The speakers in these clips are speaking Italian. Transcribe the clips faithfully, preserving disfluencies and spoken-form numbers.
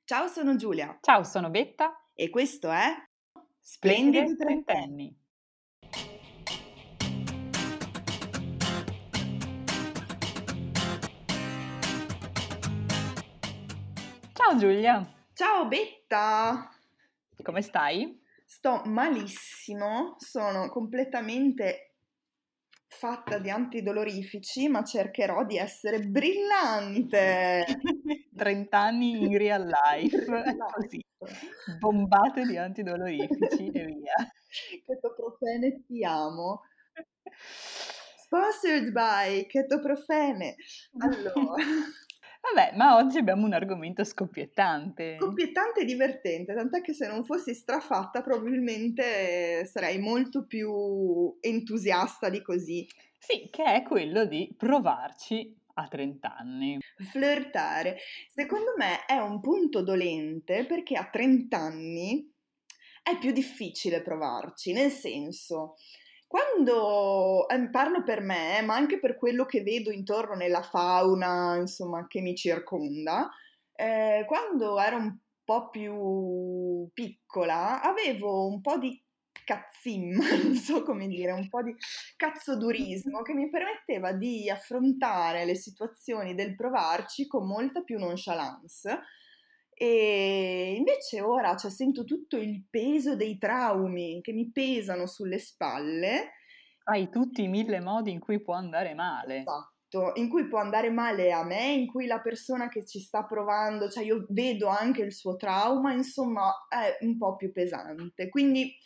Ciao, sono Giulia Ciao, sono Betta. e questo è Splendide Splendidi Trentenni. Trentenni. Ciao Giulia, Ciao Betta! come stai? Sto malissimo, sono completamente fatta di antidolorifici, ma cercherò di essere brillante. trenta anni in real life, così, Life. bombate di antidolorifici e via. Chetoprofene, ti amo. Sponsored by Chetoprofene. Allora, Vabbè, ma oggi abbiamo un argomento scoppiettante. scoppiettante e divertente, tant'è che se non fossi strafatta probabilmente sarei molto più entusiasta di così. Sì, che è quello di provarci a trenta anni. Flirtare. Secondo me è un punto dolente perché a trenta anni è più difficile provarci, nel senso, quando eh, parlo per me, ma anche per quello che vedo intorno nella fauna, insomma, che mi circonda, eh, quando ero un po' più piccola, avevo un po' di cazzim, non so come dire, un po' di cazzodurismo che mi permetteva di affrontare le situazioni del provarci con molta più nonchalance. E invece ora, cioè, sento tutto il peso dei traumi che mi pesano sulle spalle. Hai tutti i mille modi in cui può andare male. Esatto, in cui può andare male a me, in cui la persona che ci sta provando, cioè io vedo anche il suo trauma, insomma è un po' più pesante. Quindi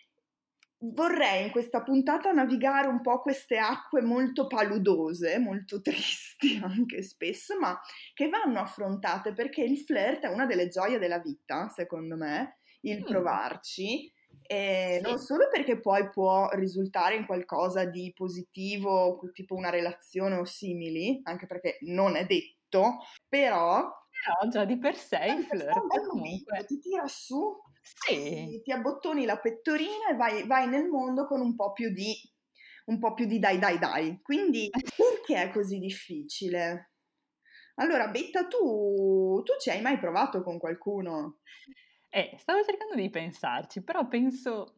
vorrei in questa puntata navigare un po' queste acque molto paludose, molto tristi anche spesso, ma che vanno affrontate perché il flirt è una delle gioie della vita, secondo me, il Mm, provarci. E non sì. solo perché poi può risultare in qualcosa di positivo, tipo una relazione o simili, anche perché non è detto, però Però già di per sé già il di per sé è un flirt bel momento, comunque ti tira su, sì. ti, ti abbottoni la pettorina e vai, vai nel mondo con un po' più di, un po' più di dai dai dai. Quindi perché è così difficile? Allora, Betta, tu, tu ci hai mai provato con qualcuno? Eh, stavo cercando di pensarci, però penso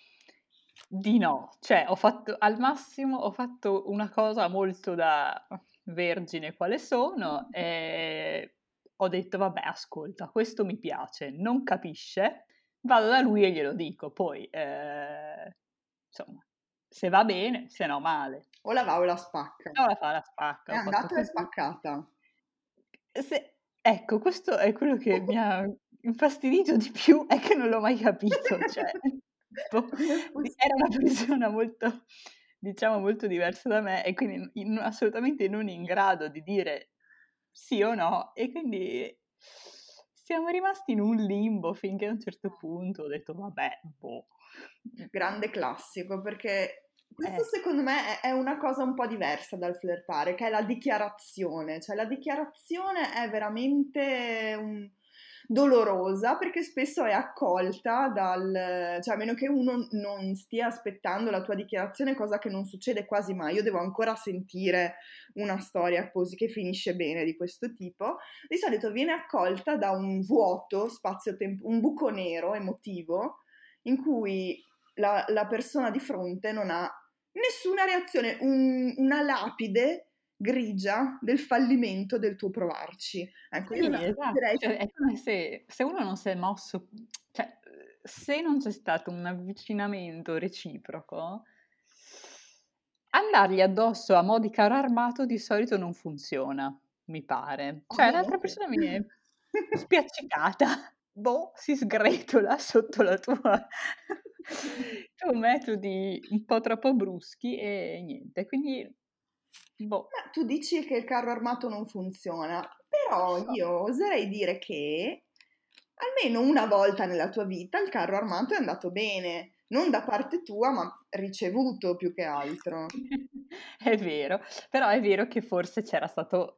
di no. Cioè, ho fatto al massimo ho fatto una cosa molto da vergine quale sono, e ho detto: "Vabbè, ascolta, questo mi piace, non capisce, vado da lui e glielo dico. Poi, ehm, insomma, se va bene, se no male." O la va o la spacca? E ora fa la È spacca, ho fatto andata e è così. spaccata. Se ecco, questo è quello che mi ha infastidito di più, è che non l'ho mai capito, cioè boh, Come è di era una possibile? persona molto diciamo molto diversa da me e quindi n in assolutamente non in grado di dire sì o no, e quindi siamo rimasti in un limbo finché a un certo punto ho detto: "Vabbè, boh." Grande classico, perché questo Eh. secondo me è, è una cosa un po' diversa dal flirtare, che è la dichiarazione. Cioè la dichiarazione è veramente un- dolorosa perché spesso è accolta dal... cioè a meno che uno non stia aspettando la tua dichiarazione, cosa che non succede quasi mai. Io devo ancora sentire una storia così che finisce bene di questo tipo. Di solito viene accolta da un vuoto, spazio-tempo, un buco nero emotivo in cui la, la persona di fronte non ha nessuna reazione, un- una lapide grigia del fallimento del tuo provarci. Ecco, io la Sì, esatto, direi cioè è come se se uno non si è mosso, cioè, uhm, se non c'è stato un avvicinamento reciproco, andargli addosso a mo' di carro armato di solito non funziona, mi pare. Cioè l'altra ovviamente. persona viene spiaccicata, boh, si sgretola sotto la tua tuoi metodi un po' troppo bruschi e niente, quindi boh, Ma tu dici che il carro armato non funziona, non lo però so. io oserei dire che almeno una volta nella tua vita il carro armato è andato bene, non da parte tua, ma ricevuto più che altro. È vero, però è vero che forse c'era stato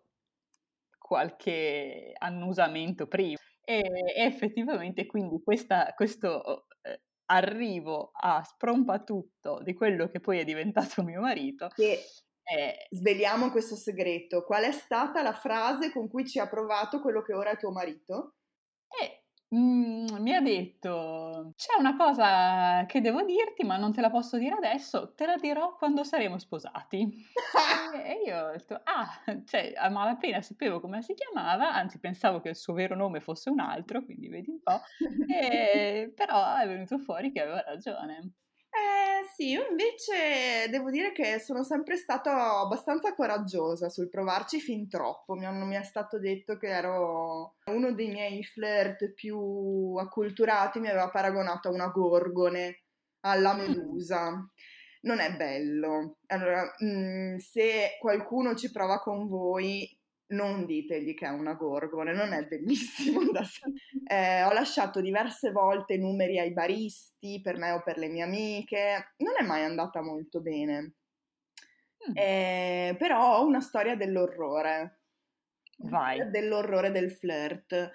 qualche annusamento prima e e effettivamente quindi questa questo, uhm, arrivo a sprompatutto di quello che poi è diventato mio marito, Che ehm sveliamo questo segreto. Qual è stata la frase con cui ci ha provato quello che ora è tuo marito? Mhmm, mi ha detto: "C'è una cosa che devo dirti, ma non te la posso dire adesso, te la dirò quando saremo sposati." E e io ho detto: "Ah!" Cioè, a malapena sapevo come si chiamava, anzi pensavo che il suo vero nome fosse un altro, quindi vedi un po', ehm, però è venuto fuori che aveva ragione. Eh sì, io invece devo dire che sono sempre stata abbastanza coraggiosa sul provarci fin troppo. Mi hanno mi è stato detto che ero uno dei miei flirt più acculturati, mi aveva paragonato a una gorgone, alla Mh. medusa. Non è bello. Allora, mm, se qualcuno ci prova con voi, non ditegli che è una gorgone, non è bellissimo da eh, ho lasciato diverse volte numeri ai baristi per me o per le mie amiche, non è mai andata molto bene. Mh. Eh, però ho una storia dell'orrore, una storia Vai. dell'orrore del flirt.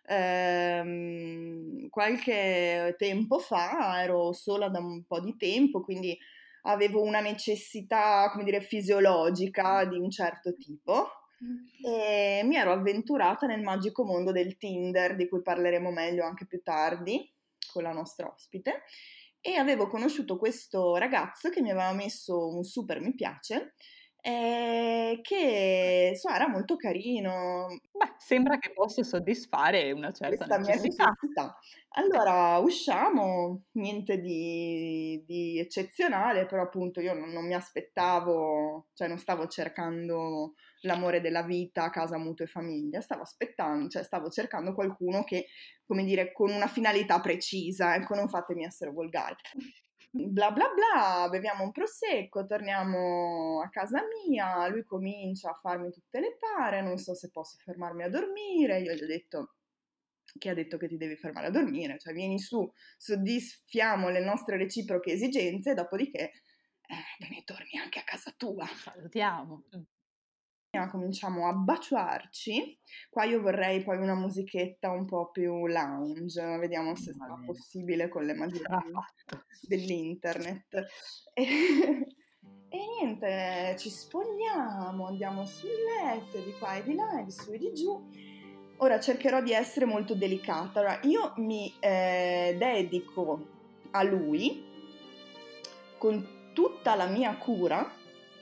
Ehm, qualche tempo fa ero sola da un po' di tempo, quindi avevo una necessità, come dire, fisiologica di un certo tipo e mi ero avventurata nel magico mondo del Tinder, di cui parleremo meglio anche più tardi con la nostra ospite, e avevo conosciuto questo ragazzo che mi aveva messo un super mi piace, eh, che insomma era molto carino, Beh, sembra che possa soddisfare una certa questa mia necessità. necessità. Allora usciamo, niente di, di eccezionale, però appunto io non, non mi aspettavo, cioè non stavo cercando l'amore della vita, casa, mutuo e famiglia, stavo aspettando, cioè stavo cercando qualcuno che, come dire, con una finalità precisa, ecco, non fatemi essere volgare. Bla bla bla, beviamo un prosecco, torniamo a casa mia, lui comincia a farmi tutte le pare, non so se posso fermarmi a dormire, io gli ho detto chi ha detto che ti devi fermare a dormire, cioè vieni su, soddisfiamo le nostre reciproche esigenze, dopodiché eh, te ne torni anche a casa tua. Salutiamo. Mh. Cominciamo a baciarci, qua io vorrei poi una musichetta un po' più lounge, vediamo se Va sarà bene, possibile con le magie sarà fatto. dell'internet. E, e niente, ci spogliamo, andiamo sul letto, di qua e di là, e di su e di giù. Ora cercherò di essere molto delicata. Allora, io mi eh, dedico a lui con tutta la mia cura.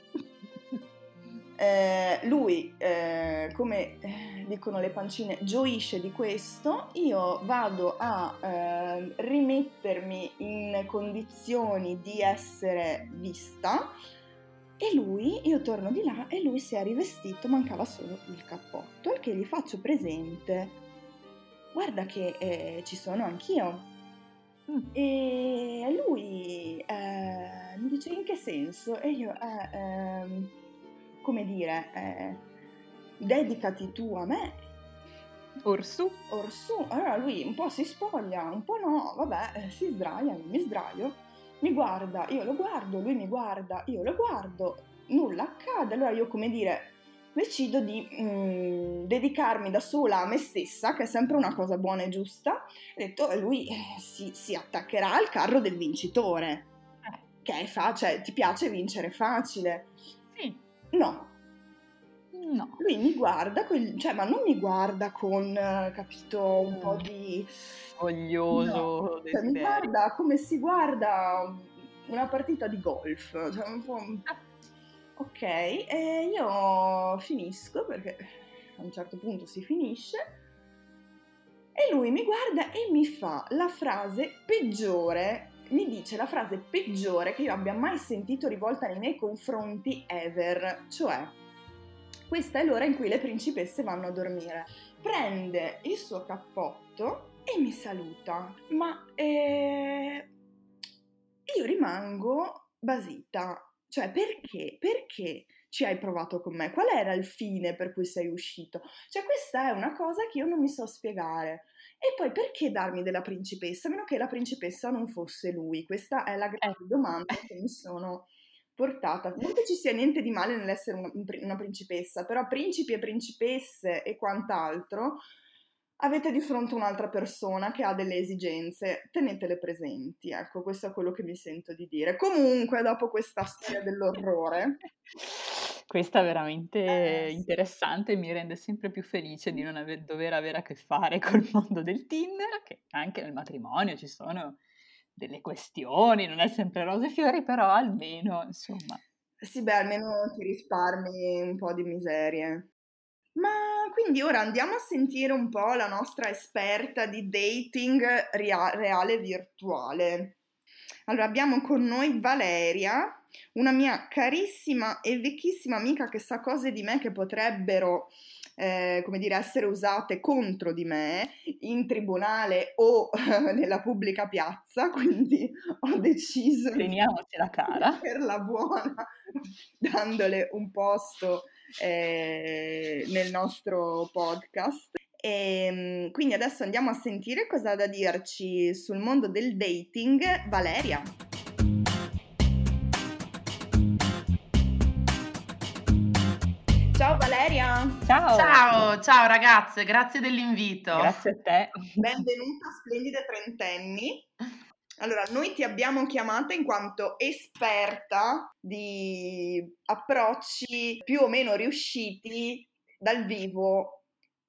Eh, lui, eh, come eh, dicono le pancine, gioisce di questo, io vado a eh, rimettermi in condizioni di essere vista e lui, io torno di là e lui si è rivestito, mancava solo il cappotto, al che gli faccio presente, guarda che eh, ci sono anch'io. Mh. E lui eh, mi dice in che senso? E io, eh, ehm, come dire, eh, dedicati tu a me, Orsù. orsù. Allora lui un po' si spoglia, un po' no, vabbè, eh, si sdraia, io mi sdraio, mi guarda, io lo guardo, lui mi guarda, io lo guardo, nulla accade. Allora io, come dire, decido di mm, dedicarmi da sola a me stessa, che è sempre una cosa buona e giusta. Ho detto, e lui eh, si, si attaccherà al carro del vincitore, Eh, che è fa- cioè, ti piace vincere facile. sì. No, No. lui mi guarda, col- cioè, ma non mi guarda con, eh, capito, un po' Mh. di... No, Voglioso cioè, mi desiderio. guarda come si guarda una partita di golf, cioè, un po'... Ah. Ok, e io finisco perché a un certo punto si finisce e lui mi guarda e mi fa la frase peggiore, mi dice la frase peggiore che io abbia mai sentito rivolta nei miei confronti ever, cioè questa è l'ora in cui le principesse vanno a dormire. Prende il suo cappotto e mi saluta, ma eh, io rimango basita. Cioè, perché? Perché ci hai provato con me? Qual era il fine per cui sei uscito? Cioè, questa è una cosa che io non mi so spiegare. E poi perché darmi della principessa, a meno che la principessa non fosse lui? Questa è la Eh. grande domanda che mi sono portata. Non che ci sia niente di male nell'essere una, una principessa, però principi e principesse e quant'altro avete di fronte un'altra persona che ha delle esigenze, tenetele presenti, ecco, questo è quello che mi sento di dire. Comunque, dopo questa storia dell'orrore, Questa è veramente Eh, sì. interessante e mi rende sempre più felice di non ave dover avere a che fare col mondo del Tinder, che anche nel matrimonio ci sono delle questioni, non è sempre rose e fiori, però almeno, insomma. Sì, beh, almeno ti risparmi un po' di miserie. Ma quindi ora andiamo a sentire un po' la nostra esperta di dating ria- reale e virtuale. Allora, abbiamo con noi Valeria, una mia carissima e vecchissima amica che sa cose di me che potrebbero, eh, come dire, essere usate contro di me in tribunale o nella pubblica piazza, quindi ho deciso di Teniamocela cara. metterla buona dandole un posto eh, nel nostro podcast. E quindi adesso andiamo a sentire cosa ha da dirci sul mondo del dating Valeria. Ciao Valeria! Ciao! Ciao, ciao ragazze, grazie dell'invito. Grazie a te. Benvenuta a Splendide Trentenni. Allora, noi ti abbiamo chiamata in quanto esperta di approcci più o meno riusciti dal vivo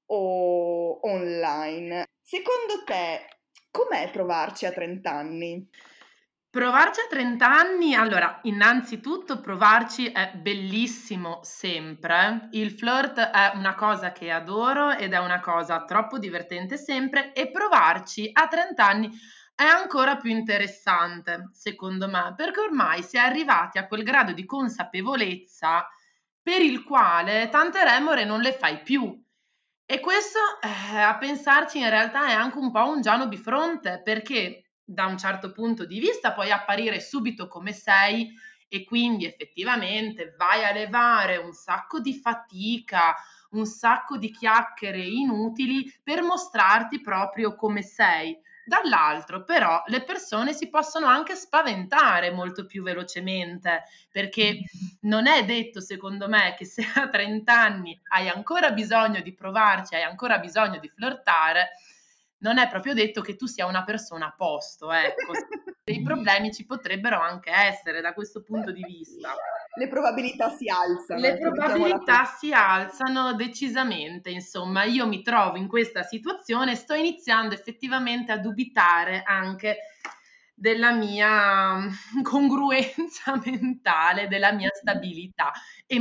o online. Secondo te, com'è provarci a trenta anni? Provarci a trenta anni, allora, innanzitutto provarci è bellissimo sempre. Il flirt è una cosa che adoro ed è una cosa troppo divertente sempre e provarci a trenta anni è ancora più interessante, secondo me, perché ormai si è arrivati a quel grado di consapevolezza per il quale tante remore non le fai più. E questo, eh, a pensarci, in realtà è anche un po' un Giano bifronte, perché da un certo punto di vista puoi apparire subito come sei e quindi effettivamente vai a levare un sacco di fatica, un sacco di chiacchiere inutili per mostrarti proprio come sei. Dall'altro, però, le persone si possono anche spaventare molto più velocemente, perché non è detto, secondo me, che se a trenta anni hai ancora bisogno di provarci, hai ancora bisogno di flirtare, non è proprio detto che tu sia una persona a posto, ecco. Dei problemi ci potrebbero anche essere da questo punto di vista. Le probabilità si alzano, Le ecco, mettiamola probabilità così. si alzano decisamente, insomma, io mi trovo in questa situazione e sto iniziando effettivamente a dubitare anche della mia congruenza mentale, della mia stabilità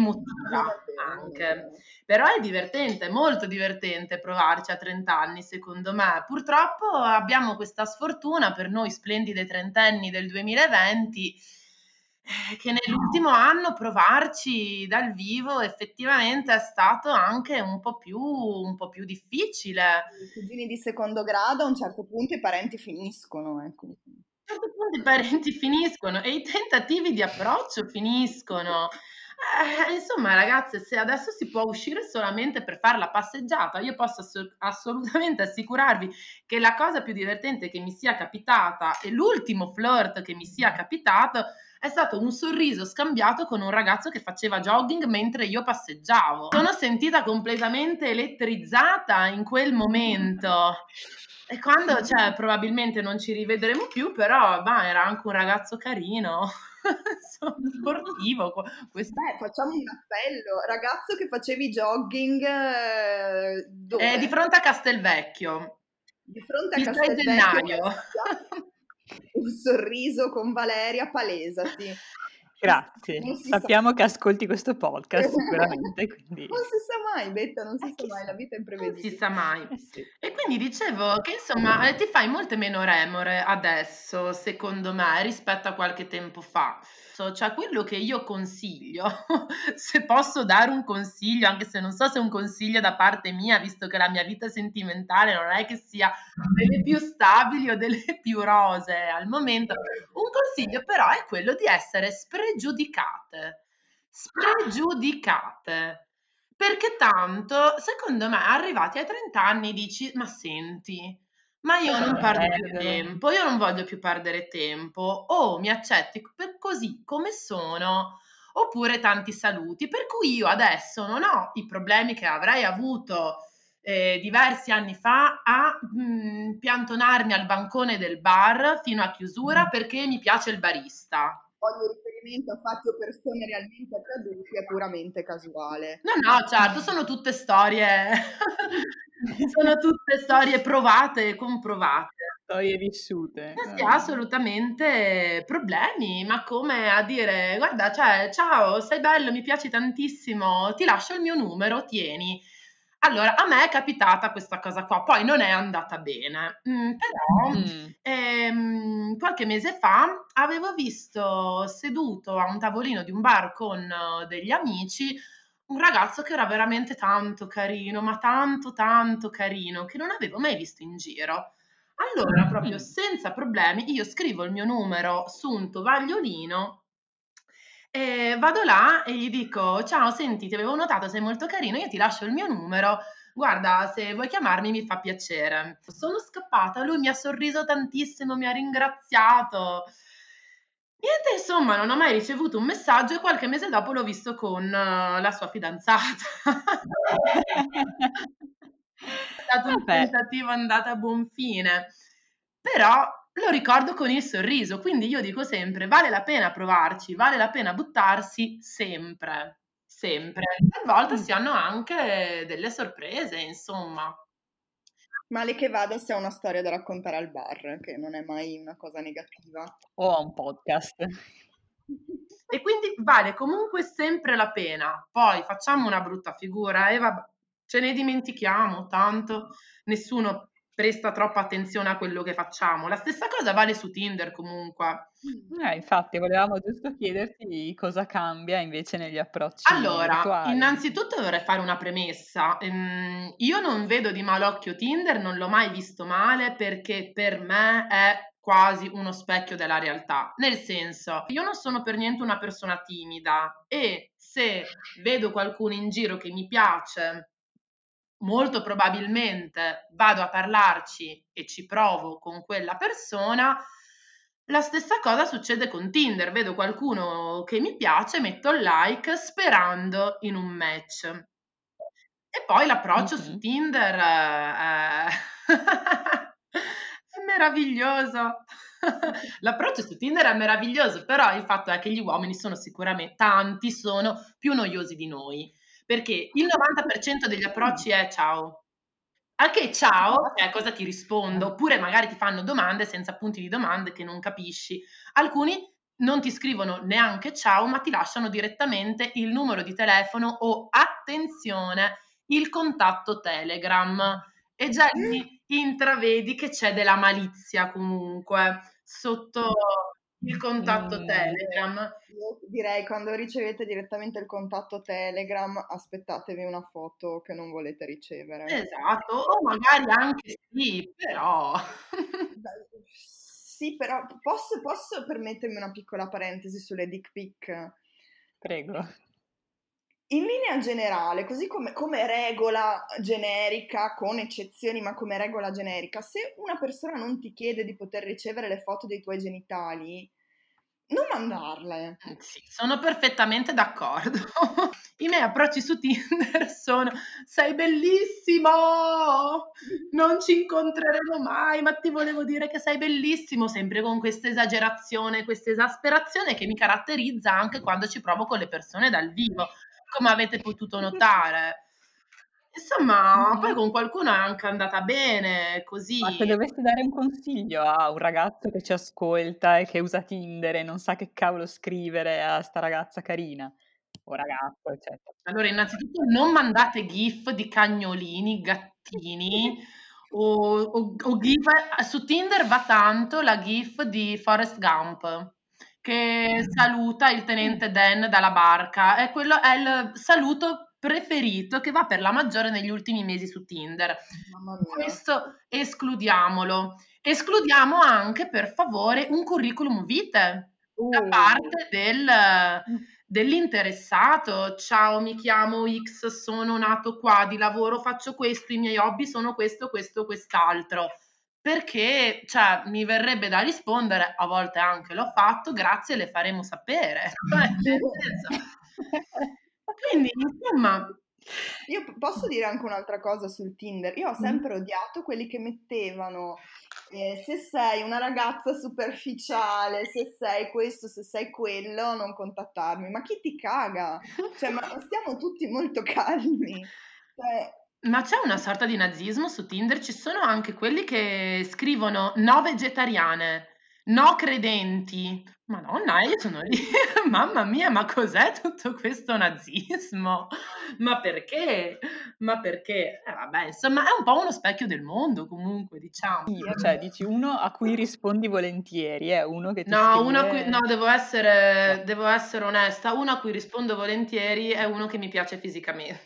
Non emotiva è vero, non è anche. vero. Però è divertente, molto divertente provarci a trenta anni, secondo me. Purtroppo abbiamo questa sfortuna per noi splendide trentenni del duemilaventi, eh, che nell'ultimo anno provarci dal vivo effettivamente è stato anche un po' più, un po' più difficile. I cugini di secondo grado a un certo punto i parenti finiscono, ecco. A un certo punto i parenti finiscono e i tentativi di approccio finiscono. Eh, insomma, ragazze, se adesso si può uscire solamente per fare la passeggiata, io posso asso- assolutamente assicurarvi che la cosa più divertente che mi sia capitata e l'ultimo flirt che mi sia capitato è stato un sorriso scambiato con un ragazzo che faceva jogging mentre io passeggiavo. Sono sentita completamente elettrizzata in quel momento. E quando, cioè, probabilmente non ci rivedremo più, però, bah, era anche un ragazzo carino, insomma, sportivo. co- Questo. Beh, facciamo un appello. Ragazzo che facevi jogging, eh, È di dove? fronte a Castelvecchio, Di fronte a il sei Castelvecchio, gennaio. Brescia. Un sorriso con Valeria, palesati. Ci sta- Grazie. Non si sa. Sappiamo che ascolti questo podcast sicuramente, quindi Non si sa mai, Betta, non si eh, sa mai, la chissà. vita è Non si imprevedibile. sa mai. Eh sì. E quindi dicevo che insomma eh, ti fai molte meno remore adesso, secondo me, rispetto a qualche tempo fa. So, cioè, quello che io consiglio, se posso dare un consiglio, anche se non so se è un consiglio da parte mia, visto che la mia vita sentimentale non è che sia delle più stabili o delle più rosee al momento, un consiglio però è quello di essere spregiudicate. Spregiudicate. Perché tanto, secondo me, arrivati ai trenta anni dici: "Ma senti, ma io Cosa non da perdo più perdere? tempo, io non voglio più perdere tempo, o mi accetti c per così come sono, oppure tanti saluti". Per cui io adesso non ho i problemi che avrei avuto, ehm, diversi anni fa a, mhmm, piantonarmi al bancone del bar fino a chiusura perché mi piace il barista. Voglio riferirmi riferimento a fatti o persone realmente accaduti è puramente casuale. No, no, certo, sono tutte storie, sono tutte storie provate e comprovate. Storie vissute. Eh sì, assolutamente problemi, ma come a dire, guarda, cioè, ciao, sei bello, mi piaci tantissimo, ti lascio il mio numero, tieni. Allora, a me è capitata questa cosa qua, poi non è andata bene, mm, però Mm. ehm, qualche mese fa avevo visto seduto a un tavolino di un bar con eh, degli amici un ragazzo che era veramente tanto carino, ma tanto tanto carino, che non avevo mai visto in giro. Allora, proprio Mm. senza problemi, io scrivo il mio numero su un tovagliolino e vado là e gli dico: "Ciao, senti, ti avevo notato, sei molto carino, io ti lascio il mio numero. Guarda, se vuoi chiamarmi mi fa piacere". Sono scappata, lui mi ha sorriso tantissimo, mi ha ringraziato. Niente, insomma, non ho mai ricevuto un messaggio e qualche mese dopo l'ho visto con eh, la sua fidanzata. È stato un Vabbè, tentativo andato a buon fine, però lo ricordo con il sorriso, quindi io dico sempre: vale la pena provarci, vale la pena buttarsi sempre, sempre. Talvolta mm. si hanno anche delle sorprese, insomma. Male che vada se ha una storia da raccontare al bar, che non è mai una cosa negativa. O a un podcast. E quindi vale comunque sempre la pena. Poi facciamo una brutta figura e vabbè, ce ne dimentichiamo, tanto nessuno presta troppa attenzione a quello che facciamo. La stessa cosa vale su Tinder comunque. Eh, infatti, volevamo giusto chiederti cosa cambia invece negli approcci Allora, virtuali. innanzitutto vorrei fare una premessa. Ehm, io non vedo di malocchio Tinder, non l'ho mai visto male perché per me è quasi uno specchio della realtà. Nel senso, io non sono per niente una persona timida e se vedo qualcuno in giro che mi piace, molto probabilmente vado a parlarci e ci provo con quella persona. La stessa cosa succede con Tinder, vedo qualcuno che mi piace, metto il like sperando in un match. E poi l'approccio su Mhm. Tinder è, è meraviglioso. L'approccio su Tinder è meraviglioso, però il fatto è che gli uomini sono sicuramente, tanti sono più noiosi di noi, perché il novanta per cento degli approcci è ciao. Anche ciao, cioè cosa ti rispondo, oppure magari ti fanno domande senza punti di domande che non capisci. Alcuni non ti scrivono neanche ciao, ma ti lasciano direttamente il numero di telefono o, attenzione, il contatto Telegram. E già lì intravedi che c'è della malizia comunque sotto il contatto Mm. Telegram. Io direi quando ricevete direttamente il contatto Telegram, aspettatevi una foto che non volete ricevere. Esatto, o magari anche sì, però Beh, sì, però posso, posso permettermi una piccola parentesi sulle dick pic? Prego. In linea generale, così come, come regola generica, con eccezioni, ma come regola generica, se una persona non ti chiede di poter ricevere le foto dei tuoi genitali, non mandarle. Mh, sì, sono perfettamente d'accordo. I miei approcci su Tinder sono: "Sei bellissimo! Non ci incontreremo mai, ma ti volevo dire che sei bellissimo", sempre con questa esagerazione, questa esasperazione che mi caratterizza anche quando ci provo con le persone dal vivo, come avete potuto notare. Insomma, poi Mhm. con qualcuno è anche andata bene, Ma se così. dovessi dare un consiglio a un ragazzo che ci ascolta e che usa Tinder e non sa che cavolo scrivere a sta ragazza carina, o ragazzo, eccetera. Allora, innanzitutto non mandate GIF di cagnolini, gattini o, o- o GIF. Su Tinder va tanto la GIF di Forrest Gump che saluta il Mm. tenente Dan dalla barca. E quello è il saluto preferito che va per la maggiore negli ultimi mesi su Tinder. Mamma mia. Questo escludiamolo. Escludiamo anche, per favore, un curriculum vitae da Uh. parte del dell'interessato. Ciao, mi chiamo X, sono nato qua, di lavoro faccio questo, i miei hobby sono questo, questo, quest'altro. Perché, cioè, mi verrebbe da rispondere, a volte anche l'ho fatto, grazie, le faremo sapere. Cioè, nel senso, quindi, insomma, Io p- posso dire anche un'altra cosa sul Tinder. Io ho mh, sempre odiato quelli che mettevano Eh, se sei una ragazza superficiale, se sei questo, se sei quello, non contattarmi. Ma chi ti caga? Cioè, ma stiamo tutti molto calmi. Cioè, Ma c'è una sorta di nazismo su Tinder? Ci sono anche quelli che scrivono no vegetariane, no credenti. Madonna, io sono lì, mamma mia, ma cos'è tutto questo nazismo? Ma perché? Ma perché? Eh, vabbè, insomma, è un po' uno specchio del mondo, comunque, diciamo. Cioè, dici uno a cui rispondi volentieri, è uno che ti No, uno a cui, no, scrive... devo essere, devo essere onesta, uno a cui rispondo volentieri è uno che mi piace fisicamente,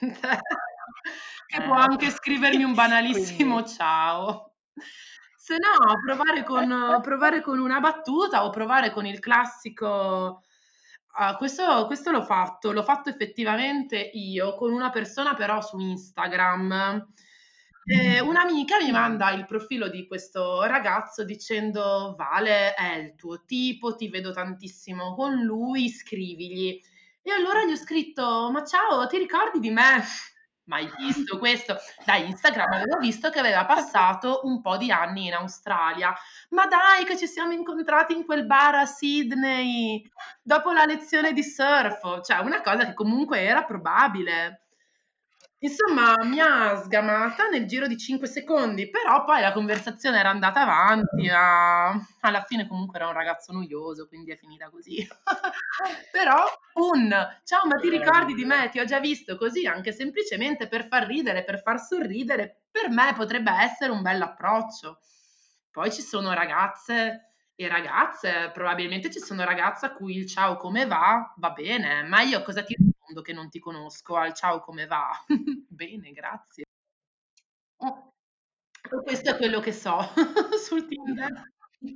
che può Ah, anche ok. scrivermi un banalissimo Quindi... ciao. Se no, provare con, provare con una battuta o provare con il classico. Ah, questo, questo l'ho fatto, l'ho fatto effettivamente io con una persona però su Instagram. Eh, un'amica mi manda il profilo di questo ragazzo dicendo Vale è il tuo tipo, ti vedo tantissimo con lui, scrivigli. E allora gli ho scritto, ma ciao, ti ricordi di me? Mai visto questo? Da Instagram avevo visto che aveva passato un po' di anni in Australia. Ma dai, che ci siamo incontrati in quel bar a Sydney dopo la lezione di surf, cioè una cosa che comunque era probabile. Insomma, mi ha sgamata nel giro di cinque secondi, però poi la conversazione era andata avanti, a- alla fine comunque era un ragazzo noioso, quindi è finita così. Però un ciao, ma ti ricordi di me? Ti ho già visto così, anche semplicemente per far ridere, per far sorridere, per me potrebbe essere un bell'approccio. Poi ci sono ragazze e ragazze, probabilmente ci sono ragazze a cui il ciao come va va bene, ma io cosa ti rispondo che non ti conosco al ciao come va? Bene, grazie. Oh, questo è quello che so sul Tinder.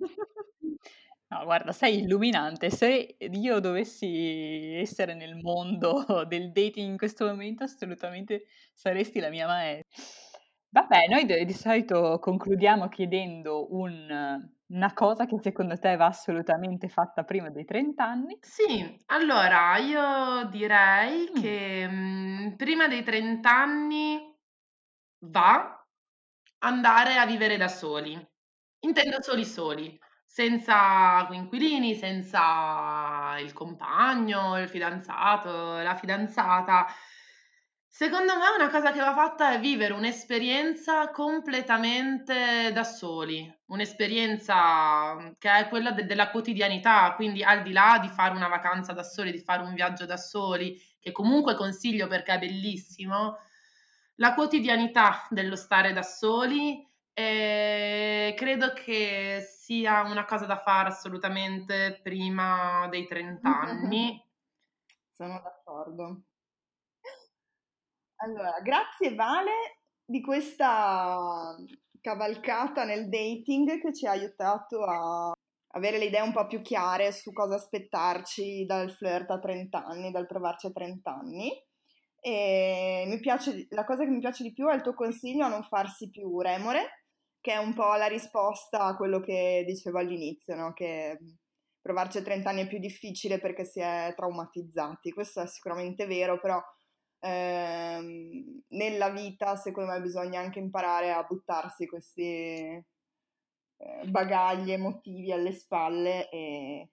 No, guarda, sei illuminante. Se io dovessi essere nel mondo del dating in questo momento, assolutamente saresti la mia maestra. Vabbè, noi de- di solito concludiamo chiedendo un- una cosa che secondo te va assolutamente fatta prima dei trenta anni. Sì, allora io direi Mm. che mm, prima dei trenta anni va andare a vivere da soli. Intendo soli soli, senza coinquilini, senza il compagno, il fidanzato, la fidanzata. Secondo me una cosa che va fatta è vivere un'esperienza completamente da soli, un'esperienza mm, che è quella de- della quotidianità, quindi al di là di fare una vacanza da soli, di fare un viaggio da soli, che comunque consiglio perché è bellissimo, la quotidianità dello stare da soli, eh, credo che sia una cosa da fare assolutamente prima dei trenta anni. sono d'accordo. Allora, grazie Vale di questa cavalcata nel dating che ci ha aiutato a avere le idee un po' più chiare su cosa aspettarci dal flirt a trenta anni, dal provarci a trenta anni. E mi piace, la cosa che mi piace di più è il tuo consiglio a non farsi più remore, che è un po' la risposta a quello che dicevo all'inizio, no? Che provarci a trenta anni è più difficile perché si è traumatizzati. Questo è sicuramente vero, però ehm, nella vita secondo me bisogna anche imparare a buttarsi questi eh, bagagli emotivi alle spalle e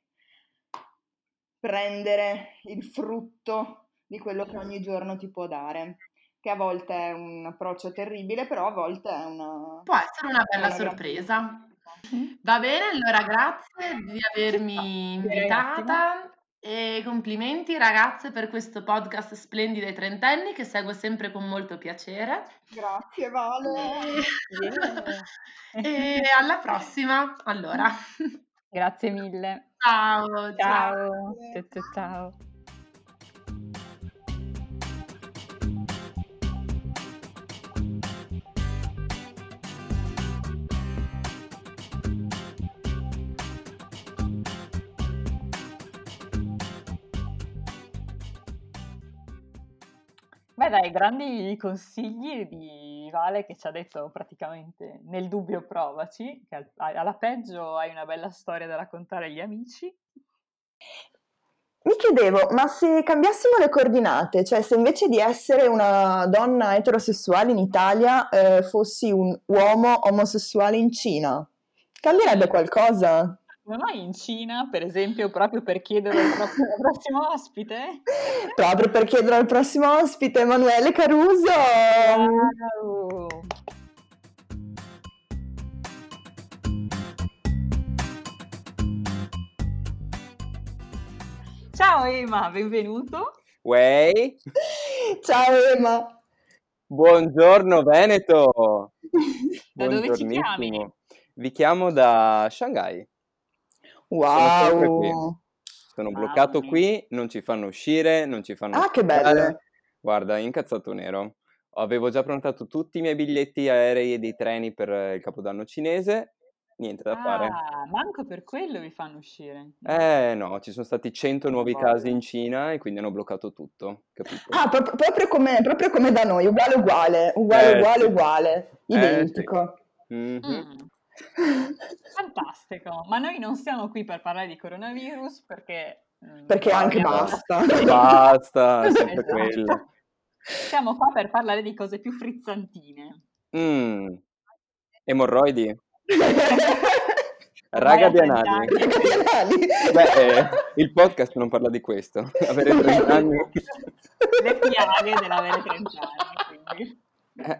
prendere il frutto di quello che ogni giorno ti può dare, che a volte è un approccio terribile, però a volte è una, Può essere una è bella una grande possibilità. sorpresa. Mhm. Va bene, allora grazie di Ci sta. avermi Direi ottimo. invitata e complimenti ragazze per questo podcast splendido ai trentenni che seguo sempre con molto piacere. Grazie Vale. E, Yeah. e alla prossima, allora. Grazie mille. Ciao, ciao. Ciao. Grazie. Ciao, ciao, ciao. Beh dai, grandi consigli di Vale che ci ha detto praticamente nel dubbio provaci, che al- alla peggio hai una bella storia da raccontare agli amici. Mi chiedevo, ma se cambiassimo le coordinate, cioè se invece di essere una donna eterosessuale in Italia, eh, fossi un uomo omosessuale in Cina, Cambierebbe qualcosa? Come mai in Cina, per esempio, proprio per chiedere al prossimo, al prossimo ospite? Proprio per chiedere al prossimo ospite, Emanuele Caruso! Wow! Ciao Ema, benvenuto. Wey, Ciao Ema! buongiorno Veneto, Da dove ci chiami? buongiornissimo. Vi chiamo da Shanghai, sono sempre qui, Wow! sono Mamma bloccato mia. qui, non ci fanno uscire, non ci fanno Ah, che sposare. bello! Guarda, incazzato nero. Avevo già prenotato tutti i miei biglietti aerei e dei treni per il Capodanno cinese, niente da fare. Ah, manco per quello vi fanno uscire. Mm, Eh no, ci sono stati cento nuovi povero. casi in Cina e quindi hanno bloccato tutto, capito? Ah, pro- proprio come, proprio come da noi, uguale uguale, uguale Eh uguale sì, uguale, eh identico. sì. Mhm. Mm, fantastico, ma noi non siamo qui per parlare di coronavirus perché mm, Perché anche abbiamo una... basta. Basta, sempre Esatto. quello. Siamo qua per parlare di cose più frizzantine. Mm, emorroidi? Ormai Raga a di trenta anali? anni. Ragazzi, Beh, eh, il podcast non parla di questo. Avere trenta anni? Le piaghe dell'avere trenta anni, quindi. Eh,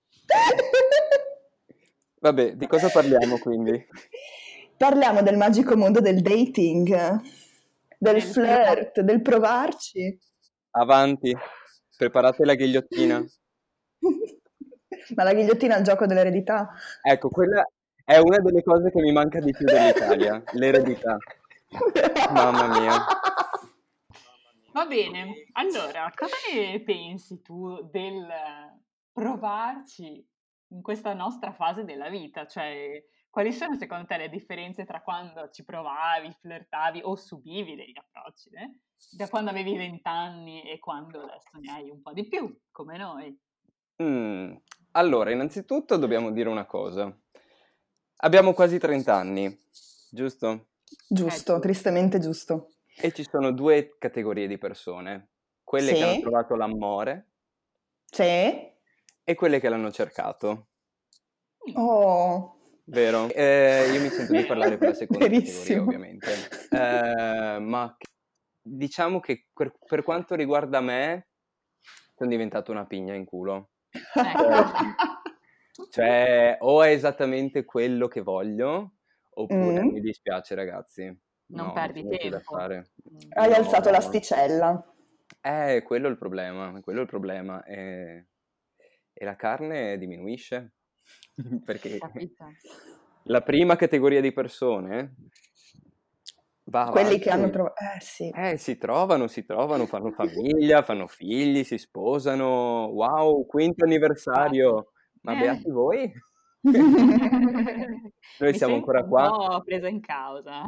Vabbè, di cosa parliamo quindi? Parliamo del magico mondo del dating, del Del flirt, del provarci. Avanti, preparate la ghigliottina. Ma la ghigliottina è il gioco dell'eredità. Ecco, quella è una delle cose che mi manca di più dell'Italia, l'eredità. Mamma mia. Va bene, allora, cosa ne pensi tu del provarci in questa nostra fase della vita? Cioè, quali sono secondo te le differenze tra quando ci provavi, flirtavi o subivi degli approcci, eh? Da quando avevi vent'anni e quando adesso ne hai un po' di più, come noi? Mm, Allora, innanzitutto dobbiamo dire una cosa. Abbiamo quasi trenta anni, giusto? Eh, Giusto, giusto. tristemente giusto. E ci sono due categorie di persone, quelle che hanno Sì, trovato l'amore sì. e quelle che l'hanno cercato, Mm. Oh, vero? Eh, io mi sento di parlare per la seconda categoria, verissimo. ovviamente. Eh, ma che- diciamo che per, per quanto riguarda me, sono diventato una pigna in culo. Ecco. Cioè, o è esattamente quello che voglio, oppure mi Mm. dispiace, ragazzi. Non No, non c'è perdi niente da tempo. fare. Mm. Hai alzato No, l'asticella. eh, quello è il problema, quello è il problema. E, e la carne diminuisce, perché Capito? la prima categoria di persone va Quelli che hanno avanti. trovato... Eh sì. Eh, si trovano, si trovano, fanno famiglia, fanno figli, si sposano. Wow, quinto anniversario. Ma Eh. beati voi? Noi Mi siamo sento ancora un qua. po' presa in causa.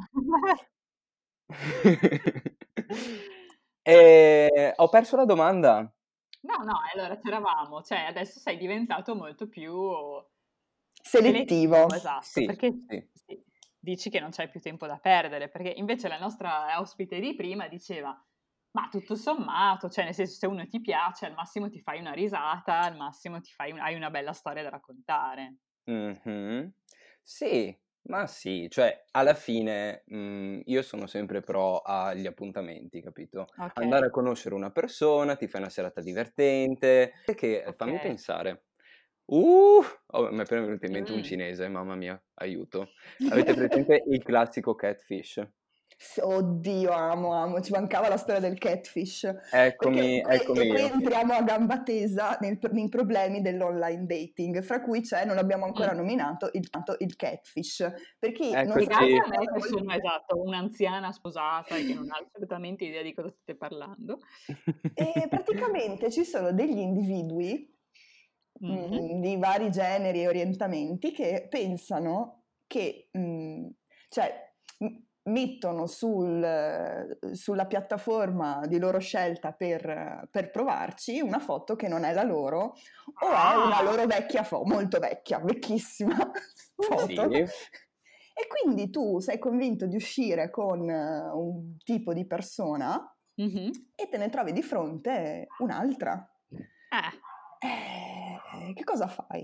E ho perso la domanda. No, no, allora c'eravamo, cioè adesso sei diventato molto più Selettivo. selettivo, esatto, Sì, perché sì. sì, dici che non c'hai più tempo da perdere, perché invece la nostra ospite di prima diceva, ma tutto sommato, cioè nel senso se uno ti piace al massimo ti fai una risata, al massimo ti fai un- hai una bella storia da raccontare. Mhm. Sì, ma sì, cioè alla fine mh, io sono sempre pro agli appuntamenti, capito? Ok, Andare a conoscere una persona, ti fai una serata divertente, che ok. fammi pensare. Uh, oh, mi è appena venuto in mente un Mm. cinese, mamma mia, aiuto. Avete presente il classico catfish? Oddio, amo, amo, ci mancava la storia del catfish. Perché Eccomi, qui, e eccomi qui io. entriamo a gamba tesa nel- nei problemi dell'online dating, fra cui c'è, non abbiamo ancora Mm. nominato, il, il catfish. Per chi non Spiegate Eccoci. a me sapesse che cosa vuol sono, dire. esatto, un'anziana sposata e che non ha assolutamente idea di cosa state parlando. E praticamente ci sono degli individui Mhm. mh, di vari generi e orientamenti che pensano che, mh, cioè, m- mettono sul, eh, sulla piattaforma di loro scelta per, per provarci una foto che non è la loro o è una Ah, loro vecchia foto, molto vecchia, vecchissima foto. Sì. E quindi tu sei convinto di uscire con eh, un tipo di persona mhm. e te ne trovi di fronte un'altra. Eh, Eh, che cosa fai?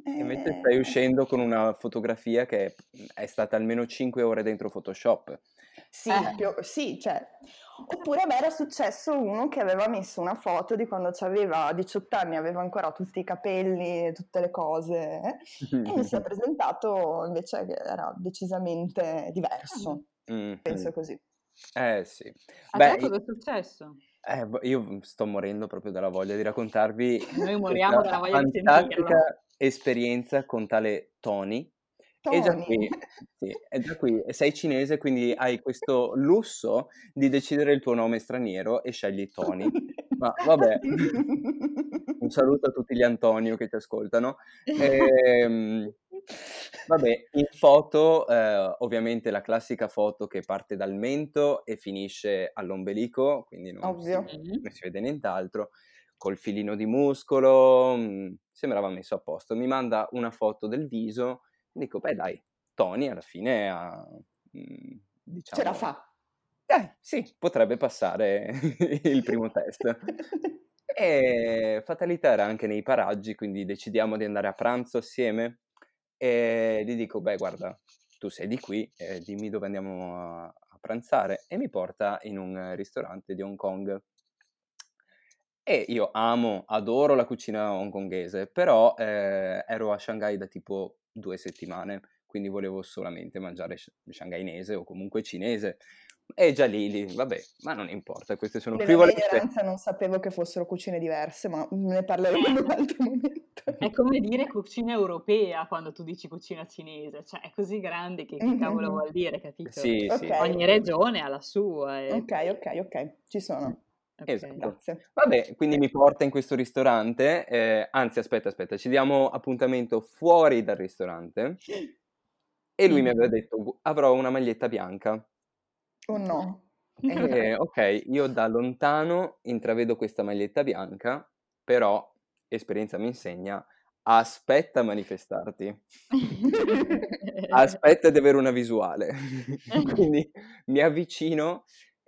Invece stai Eh, uscendo con una fotografia che è, è stata almeno cinque ore dentro Photoshop. Sì, Eh. più- sì, cioè. Oppure a me era successo uno che aveva messo una foto di quando aveva diciotto anni, aveva ancora tutti i capelli e tutte le cose, eh, e mi si è presentato invece che era decisamente diverso. Mhm. Penso così. Eh sì. A Beh, te cosa è successo? eh, bo- io sto morendo proprio dalla voglia di raccontarvi Noi moriamo questa dalla voglia di sentirlo. fantastica esperienza con tale Tony. E già Tony. qui, sì, e già qui sei cinese, quindi hai questo lusso di decidere il tuo nome straniero e scegli Tony. Ma vabbè, un saluto a tutti gli Antonio che ti ascoltano. Ehm, vabbè, in foto, eh, ovviamente la classica foto che parte dal mento e finisce all'ombelico, quindi non si, Ovvio. Mm. non si vede nient'altro, col filino di muscolo, mh, sembrava messo a posto. Mi manda una foto del viso, dico, beh dai, Tony alla fine ha, mh, Ce la diciamo, fa. eh sì, potrebbe passare il primo test. E fatalità era anche nei paraggi, quindi decidiamo di andare a pranzo assieme e gli dico, beh guarda, tu sei di qui, eh, dimmi dove andiamo a, a pranzare e mi porta in un ristorante di Hong Kong. E io amo, adoro la cucina hongkonghese, però eh, ero a Shanghai da tipo due settimane, quindi volevo solamente mangiare sh- shanghainese o comunque cinese. E già lì, lì, vabbè, ma non importa, queste sono Nella mia frivolezze. ignoranza non sapevo che fossero cucine diverse, ma ne parleremo in un altro momento. È come dire cucina europea quando tu dici cucina cinese, cioè è così grande che che cavolo Mhm. vuol dire, capito? Sì, Ok, sì, Ogni regione ha la sua e ok, ok, ok, ci sono. okay. esatto. Grazie. Vabbè, quindi mi porta in questo ristorante, eh, anzi aspetta, aspetta, ci diamo appuntamento fuori dal ristorante e lui mi aveva Mh-mh. detto "Gu- avrò una maglietta bianca. O no? E ok, io da lontano intravedo questa maglietta bianca, però esperienza mi insegna, aspetta a manifestarti, aspetta di avere una visuale. Quindi mi avvicino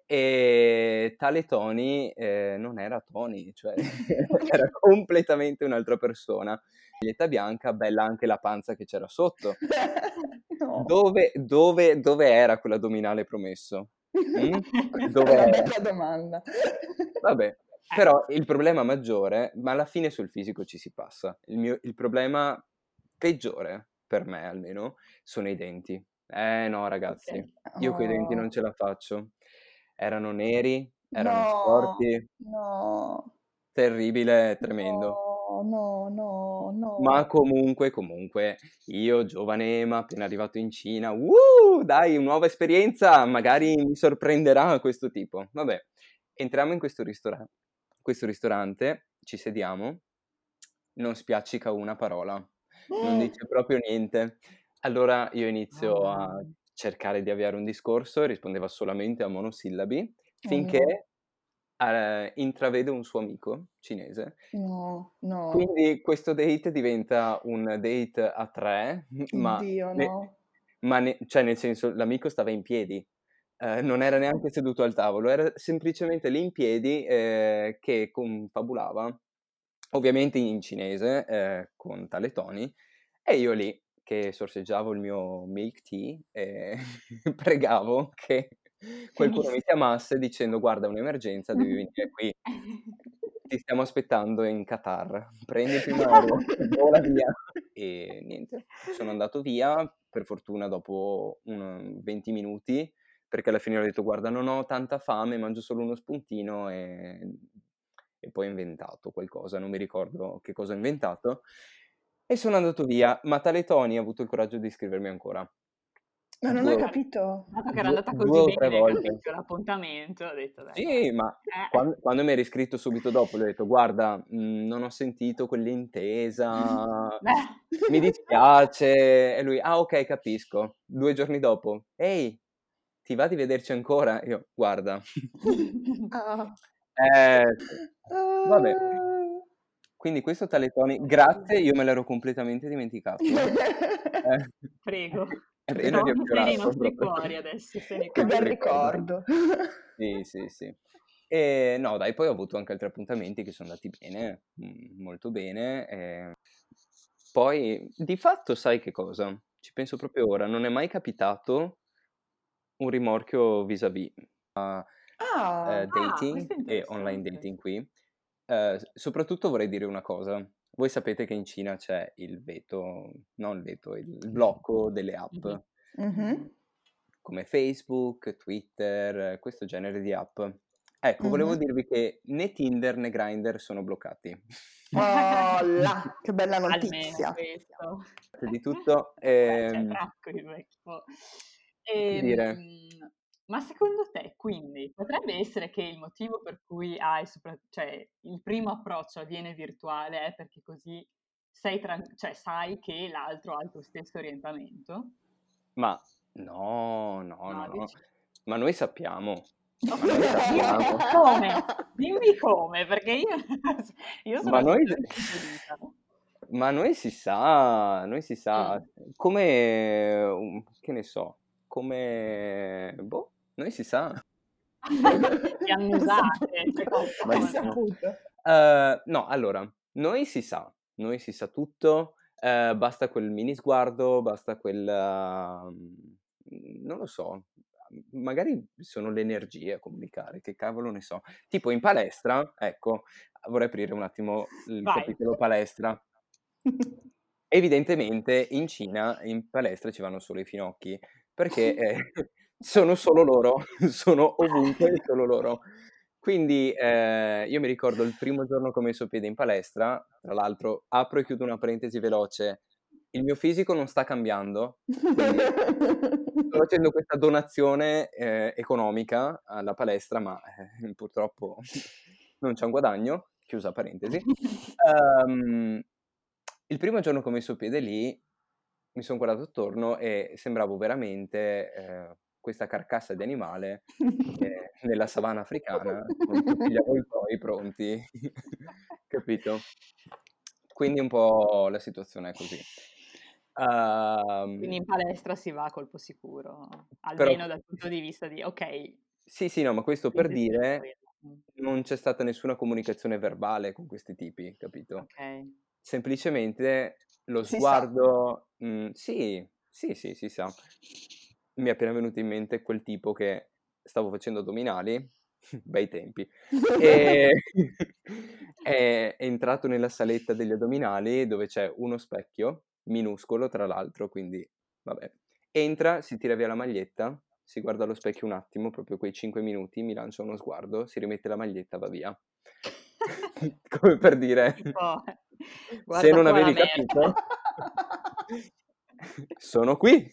e tale Tony eh, non era Tony, cioè era completamente un'altra persona. Maglietta bianca, bella anche la panza che c'era sotto. No. Dove, dove, dove era quell'addominale promesso? Mm? Questa è Dove una era? bella domanda. Vabbè, Eh. però il problema maggiore, ma alla fine sul fisico ci si passa. Il mio, il problema peggiore, per me almeno, sono i denti. Eh no, ragazzi, Okay. io coi denti non Oh, ce la faccio. Erano neri, erano no, storti, no, terribile, tremendo. no, no, no, Ma no. comunque, comunque, io giovane Ema, appena arrivato in Cina, uh, dai, nuova esperienza, magari mi sorprenderà questo tipo. Vabbè, entriamo in questo ristora- questo ristorante, ci sediamo, non spiaccica una parola, non dice proprio niente. Allora io inizio a Ah. cercare di avviare un discorso, rispondeva solamente a monosillabi, Oh no, finché eh, intravedo un suo amico cinese. no, no. Quindi questo date diventa un date a tre, ma, Oddio, ne- no. ma ne- cioè nel senso l'amico stava in piedi, eh, non era neanche seduto al tavolo, era semplicemente lì in piedi eh, che confabulava, ovviamente in cinese, eh, con tale Tony, e io lì che sorseggiavo il mio milk tea e pregavo che qualcuno mi Finissi. chiamasse dicendo guarda, è un'emergenza, devi venire qui. Ti stiamo aspettando in Qatar. Prendi il primo aereo, vola via. E niente, sono andato via, per fortuna dopo un venti minuti, perché alla fine ho detto guarda, non ho tanta fame, mangio solo uno spuntino e, e poi ho inventato qualcosa, non mi ricordo che cosa ho inventato. E sono andato via, ma tale Tony ha avuto il coraggio di scrivermi ancora. Ma non ho Due, Magari capito. dato che era due- andata due così o tre bene, volte. capito, l'appuntamento, ho detto: "Dai Sì, basta". ma Eh. quando, quando mi hai riscritto subito dopo, gli ho detto, guarda, mh, non ho sentito quell'intesa, Beh. mi dispiace. E lui, ah ok, capisco. Due giorni dopo, ehi, ti va di vederci ancora? Io, guarda. Ah. Eh, sì. Vabbè. Ah. Quindi questo tale Tony, grazie, io me l'ero completamente dimenticato. Eh, Prego, è bene Tony, sei nei riaffiorarlo nostri proprio. cuori adesso, sei nei Che Me cuori bel lo di ricordo. ricordo. Sì, sì, sì. E no, dai, poi ho avuto anche altri appuntamenti che sono andati bene, mm, molto bene. E Poi, di fatto, sai che cosa? Ci penso proprio ora, non è mai capitato un rimorchio vis-à-vis a Ah, eh, Ah, dating questo è e online interessante. dating qui. Eh, s- soprattutto vorrei dire una cosa. Voi sapete che in Cina c'è il veto, non il veto, il il blocco delle app, Mhm. mhm, come Facebook, Twitter, questo genere di app. Ecco, volevo mhm. dirvi che né Tinder né Grindr sono bloccati. Oh là, che bella Almeno notizia. questo. Di tutto, Beh, cioè, ehm, bracco il vecchio. che dire, Ehm, ma secondo te, quindi, potrebbe essere che il motivo per cui hai sopra- cioè, il primo approccio avviene virtuale è perché così sei tran- cioè, sai che l'altro ha il tuo stesso orientamento? ma no, no, No, no, no, dici... ma noi sappiamo, Ok, ma noi dimmi sappiamo, come, dimmi come, perché io, io sono ma noi, assolutamente intuita. ma noi si sa, noi si sa, Mm. come, un- che ne so, come, boh, noi si sa. Ti annusate, Saputo. secondo Hai me. Malissimo. saputo. Eh, no, allora, noi si sa, noi si sa tutto, eh, basta quel mini sguardo, basta quel, um, non lo so, magari sono le energie a comunicare, che cavolo ne so. Tipo in palestra, ecco, vorrei aprire un attimo il Vai. capitolo palestra. Evidentemente in Cina in palestra ci vanno solo i finocchi, perché eh, sono solo loro, sono ovunque solo loro. Quindi eh, io mi ricordo il primo giorno che ho messo piede in palestra, tra l'altro apro e chiudo una parentesi veloce, il mio fisico non sta cambiando, quindi sto facendo questa donazione eh, economica alla palestra, ma eh, purtroppo non c'è un guadagno, chiusa parentesi. Ehm, il primo giorno che ho messo piede lì, mi sono guardato attorno e sembravo veramente eh, questa carcassa di animale eh, nella savana africana con tutti gli avvoltoi pronti, capito? Quindi un po' la situazione è così. Quindi Ehm, in palestra si va a colpo sicuro, però almeno dal punto di vista di, ok, sì, sì, no, ma questo per l'intestino è dire quello. Mm. non c'è stata nessuna comunicazione verbale con questi tipi, capito? Ok. Semplicemente lo Si sa. sguardo, mhmm, sì, sì, sì, si sa. Mi è appena venuto in mente quel tipo che stavo facendo addominali, bei tempi, e è entrato nella saletta degli addominali dove c'è uno specchio, minuscolo tra l'altro, quindi vabbè. Entra, si tira via la maglietta, si guarda allo specchio un attimo, proprio quei cinque minuti, mi lancia uno sguardo, si rimette la maglietta, va via. Come per dire, Tipo, se guarda non qua la avevi merda. capito, sono qui.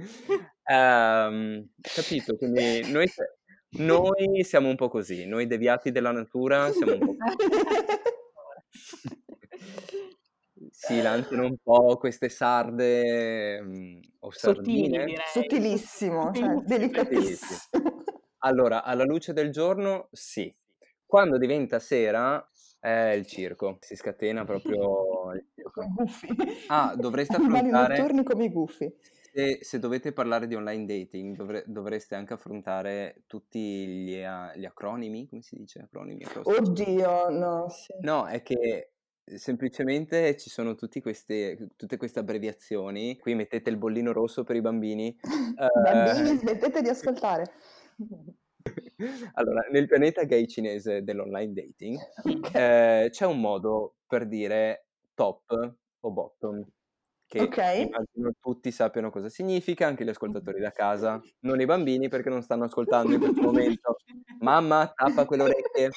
Ehm, capito? Quindi noi, noi siamo un po' così, noi deviati della natura siamo un po' così. Si lanciano un po' queste sarde mm, o Sottili, sardine. direi. Sottilissimo, cioè Sottilissime. Sì, sì. delicatissimo. Allora, alla luce del giorno, sì. Quando diventa sera, è il circo. Si scatena proprio il Come circo. i gufi. Ah, dovreste Animali affrontare, notturni come i gufi. se, se dovete parlare di online dating, dovre- dovreste anche affrontare tutti gli, a- gli acronimi, come si dice? Acronimi, acrostici. Oddio, no, sì. No, è che semplicemente ci sono tutti queste, tutte queste abbreviazioni. Qui mettete il bollino rosso per i bambini. Bambini, Eh, smettete di ascoltare. allora, nel pianeta gay cinese dell'online dating Ok. eh, c'è un modo per dire top o bottom, che Ok. immagino tutti sappiano cosa significa, anche gli ascoltatori da casa, non i bambini perché non stanno ascoltando in questo momento. Mamma, tappa quelle orecchie.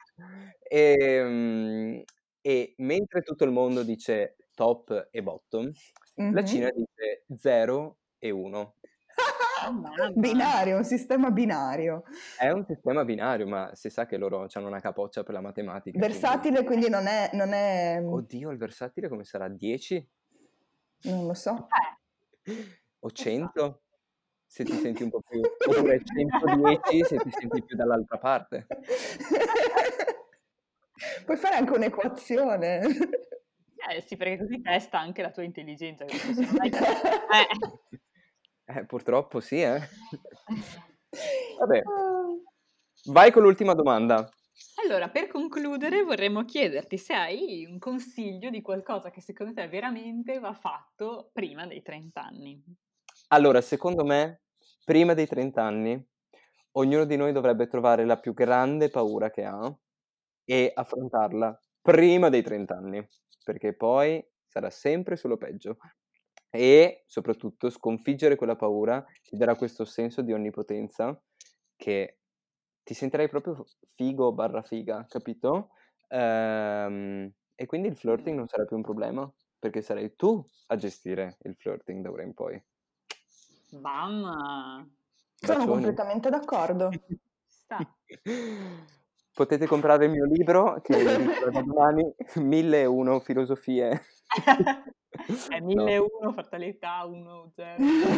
E, e mentre tutto il mondo dice top e bottom, la Cina Mhm. dice zero e uno. Oh mamma. Binario, un sistema binario. È un sistema binario, ma si sa che loro hanno una capoccia per la matematica, quindi... Versatile, quindi non è, non è, Oddio, il versatile come sarà? dieci? non lo so. Eh, O che sta. cento? Se ti senti un po' più... Oppure centodieci se ti senti più dall'altra parte. Puoi fare anche un'equazione. Eh sì, perché così testa anche la tua intelligenza, capito? Se non hai... Eh. Eh, purtroppo sì, eh. Vabbè, vai con l'ultima domanda. Sai Allora, per concludere, vorremmo chiederti se hai un consiglio di qualcosa che secondo te veramente va fatto prima dei trenta anni. Allora, secondo me, prima dei trenta anni, ognuno di noi dovrebbe trovare la più grande paura che ha e affrontarla prima dei trenta anni, perché poi sarà sempre solo peggio. E soprattutto sconfiggere quella paura ti darà questo senso di onnipotenza che ti sentirai proprio figo barra figa, capito? Ehm, e quindi il flirting non sarà più un problema, perché sarai tu a gestire il flirting da ora in poi. Mamma! Sono Bacioni. completamente d'accordo. Sta. Potete comprare il mio libro che edito da domani, mille e uno filosofie. È No. mille e uno fatalità, uno zero.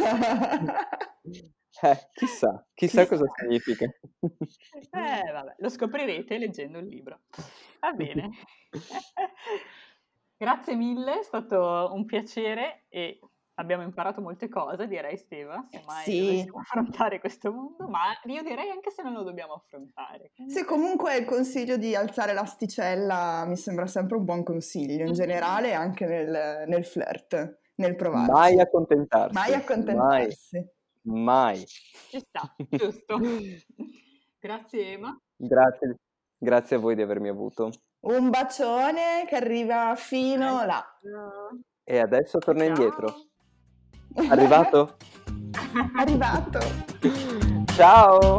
Eh, chissà, chissà cosa Chissà. significa. Eh, vabbè, lo scoprirete leggendo il libro. Va bene. Grazie mille, è stato un piacere e abbiamo imparato molte cose, direi Steva, se mai Sì. dovessimo affrontare questo mondo, ma io direi anche se non lo dobbiamo affrontare. Sì, comunque il consiglio di alzare l'asticella mi sembra sempre un buon consiglio, in generale anche nel, nel flirt, nel provarci. Mai accontentarsi. Mai accontentarsi. Mai. Mai. Ci sta, giusto. Grazie Ema. Grazie, grazie a voi di avermi avuto. Un bacione che arriva fino là. E adesso torna Ciao. indietro. Arrivato? Arrivato. Ciao!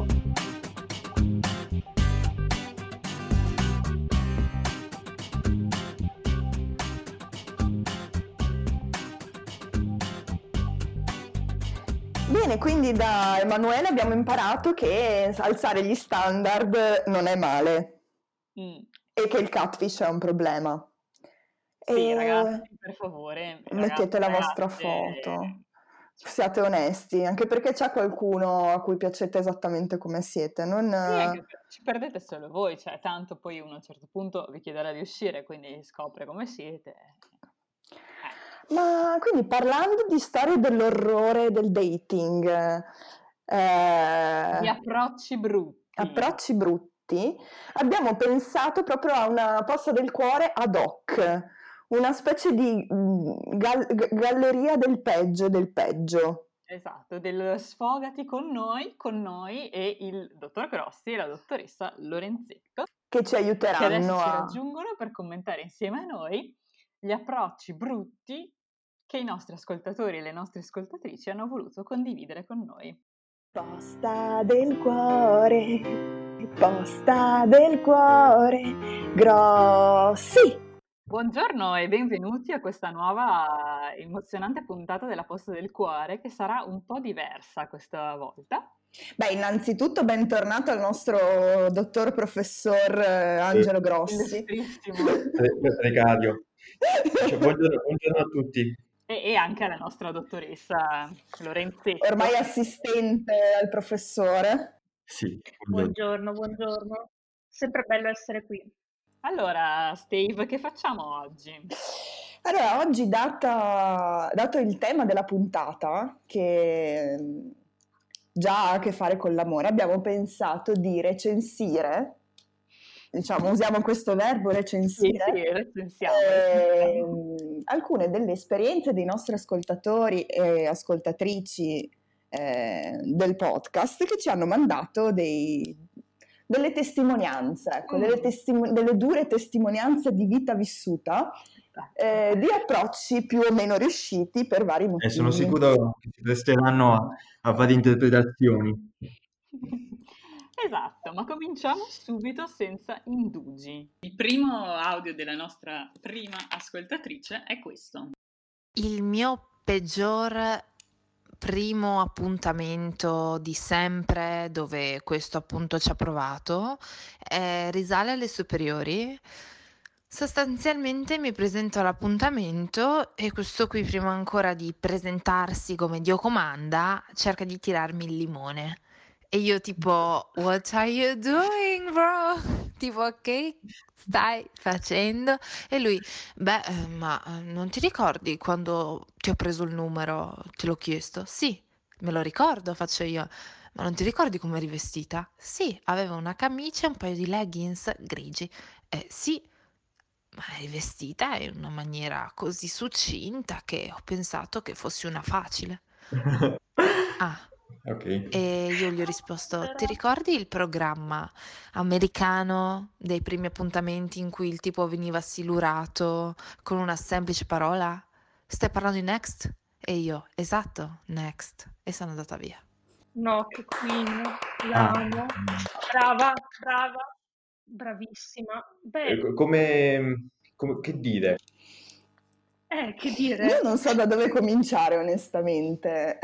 Bene, quindi da Emanuele abbiamo imparato che alzare gli standard non è male Mm. e che il catfish è un problema. Sì, E ragazzi, per favore. mettete ragazze, la vostra ragazze, foto. cioè, Siate onesti, anche perché c'è qualcuno a cui piacete esattamente come siete. Non, sì, anche perché ci perdete solo voi, cioè tanto poi uno a un certo punto vi chiederà di uscire, quindi scopre come siete. Eh. Ma quindi parlando di storie dell'orrore del dating, eh, Di approcci brutti. approcci brutti, abbiamo pensato proprio a una posta del cuore ad hoc, una specie di mm, gal- g- galleria del peggio del peggio. Esatto, del sfogati con noi, con noi e il dottor Grossi e la dottoressa Lorenzetto, Che ci che adesso aiuteranno ci a... raggiungono per commentare insieme a noi gli approcci brutti che i nostri ascoltatori e le nostre ascoltatrici hanno voluto condividere con noi. Posta del cuore, posta del cuore, Grossi! Buongiorno e benvenuti a questa nuova emozionante puntata della Posta del Cuore che sarà un po' diversa questa volta. Beh, innanzitutto bentornato al nostro dottor professor eh, Angelo Grossi. Illustrissimo. Precario. Cioè, buongiorno, buongiorno a tutti. E, e anche alla nostra dottoressa Lorenzetto. Ormai assistente al professore. Sì, buongiorno. Buongiorno, buongiorno. Sempre bello essere qui. Allora, Steve, che facciamo oggi? Allora, oggi data, dato il tema della puntata, che mm, già ha a che fare con l'amore, abbiamo pensato di recensire, diciamo, usiamo questo verbo Sì, recensire, sì, recensiamo. ehm, alcune delle esperienze dei nostri ascoltatori e ascoltatrici eh, del podcast che ci hanno mandato dei, delle testimonianze, ecco, Mm. delle, testimo- delle dure testimonianze di vita vissuta, eh, di approcci più o meno riusciti per vari motivi. E sono sicuro che si presteranno a, a varie interpretazioni. Esatto, ma cominciamo subito senza indugi. Il primo audio della nostra prima ascoltatrice è questo. Il mio peggior primo appuntamento di sempre, dove questo appunto ci ha provato, eh, risale alle superiori. Sostanzialmente mi presento all'appuntamento e questo qui, prima ancora di presentarsi come Dio comanda, cerca di tirarmi il limone. E io tipo, what are you doing, bro? Tipo, che stai facendo? E lui, beh, eh, ma eh, non ti ricordi quando ti ho preso il numero? Te l'ho chiesto? Sì, me lo ricordo, faccio io. Ma non ti ricordi come eri vestita? Sì, aveva una camicia e un paio di leggings grigi. Eh sì, ma eri vestita in una maniera così succinta che ho pensato che fossi una facile. Ah, Ok. e io gli ho risposto, ti ricordi il programma americano dei primi appuntamenti in cui il tipo veniva silurato con una semplice parola? Stai parlando di Next? E io, esatto, Next. E sono andata via. No, che queen, Ah, l'amo. Brava, brava, bravissima. Beh, eh, come, come- che dire? eh, che Io dire, non so da dove cominciare, onestamente.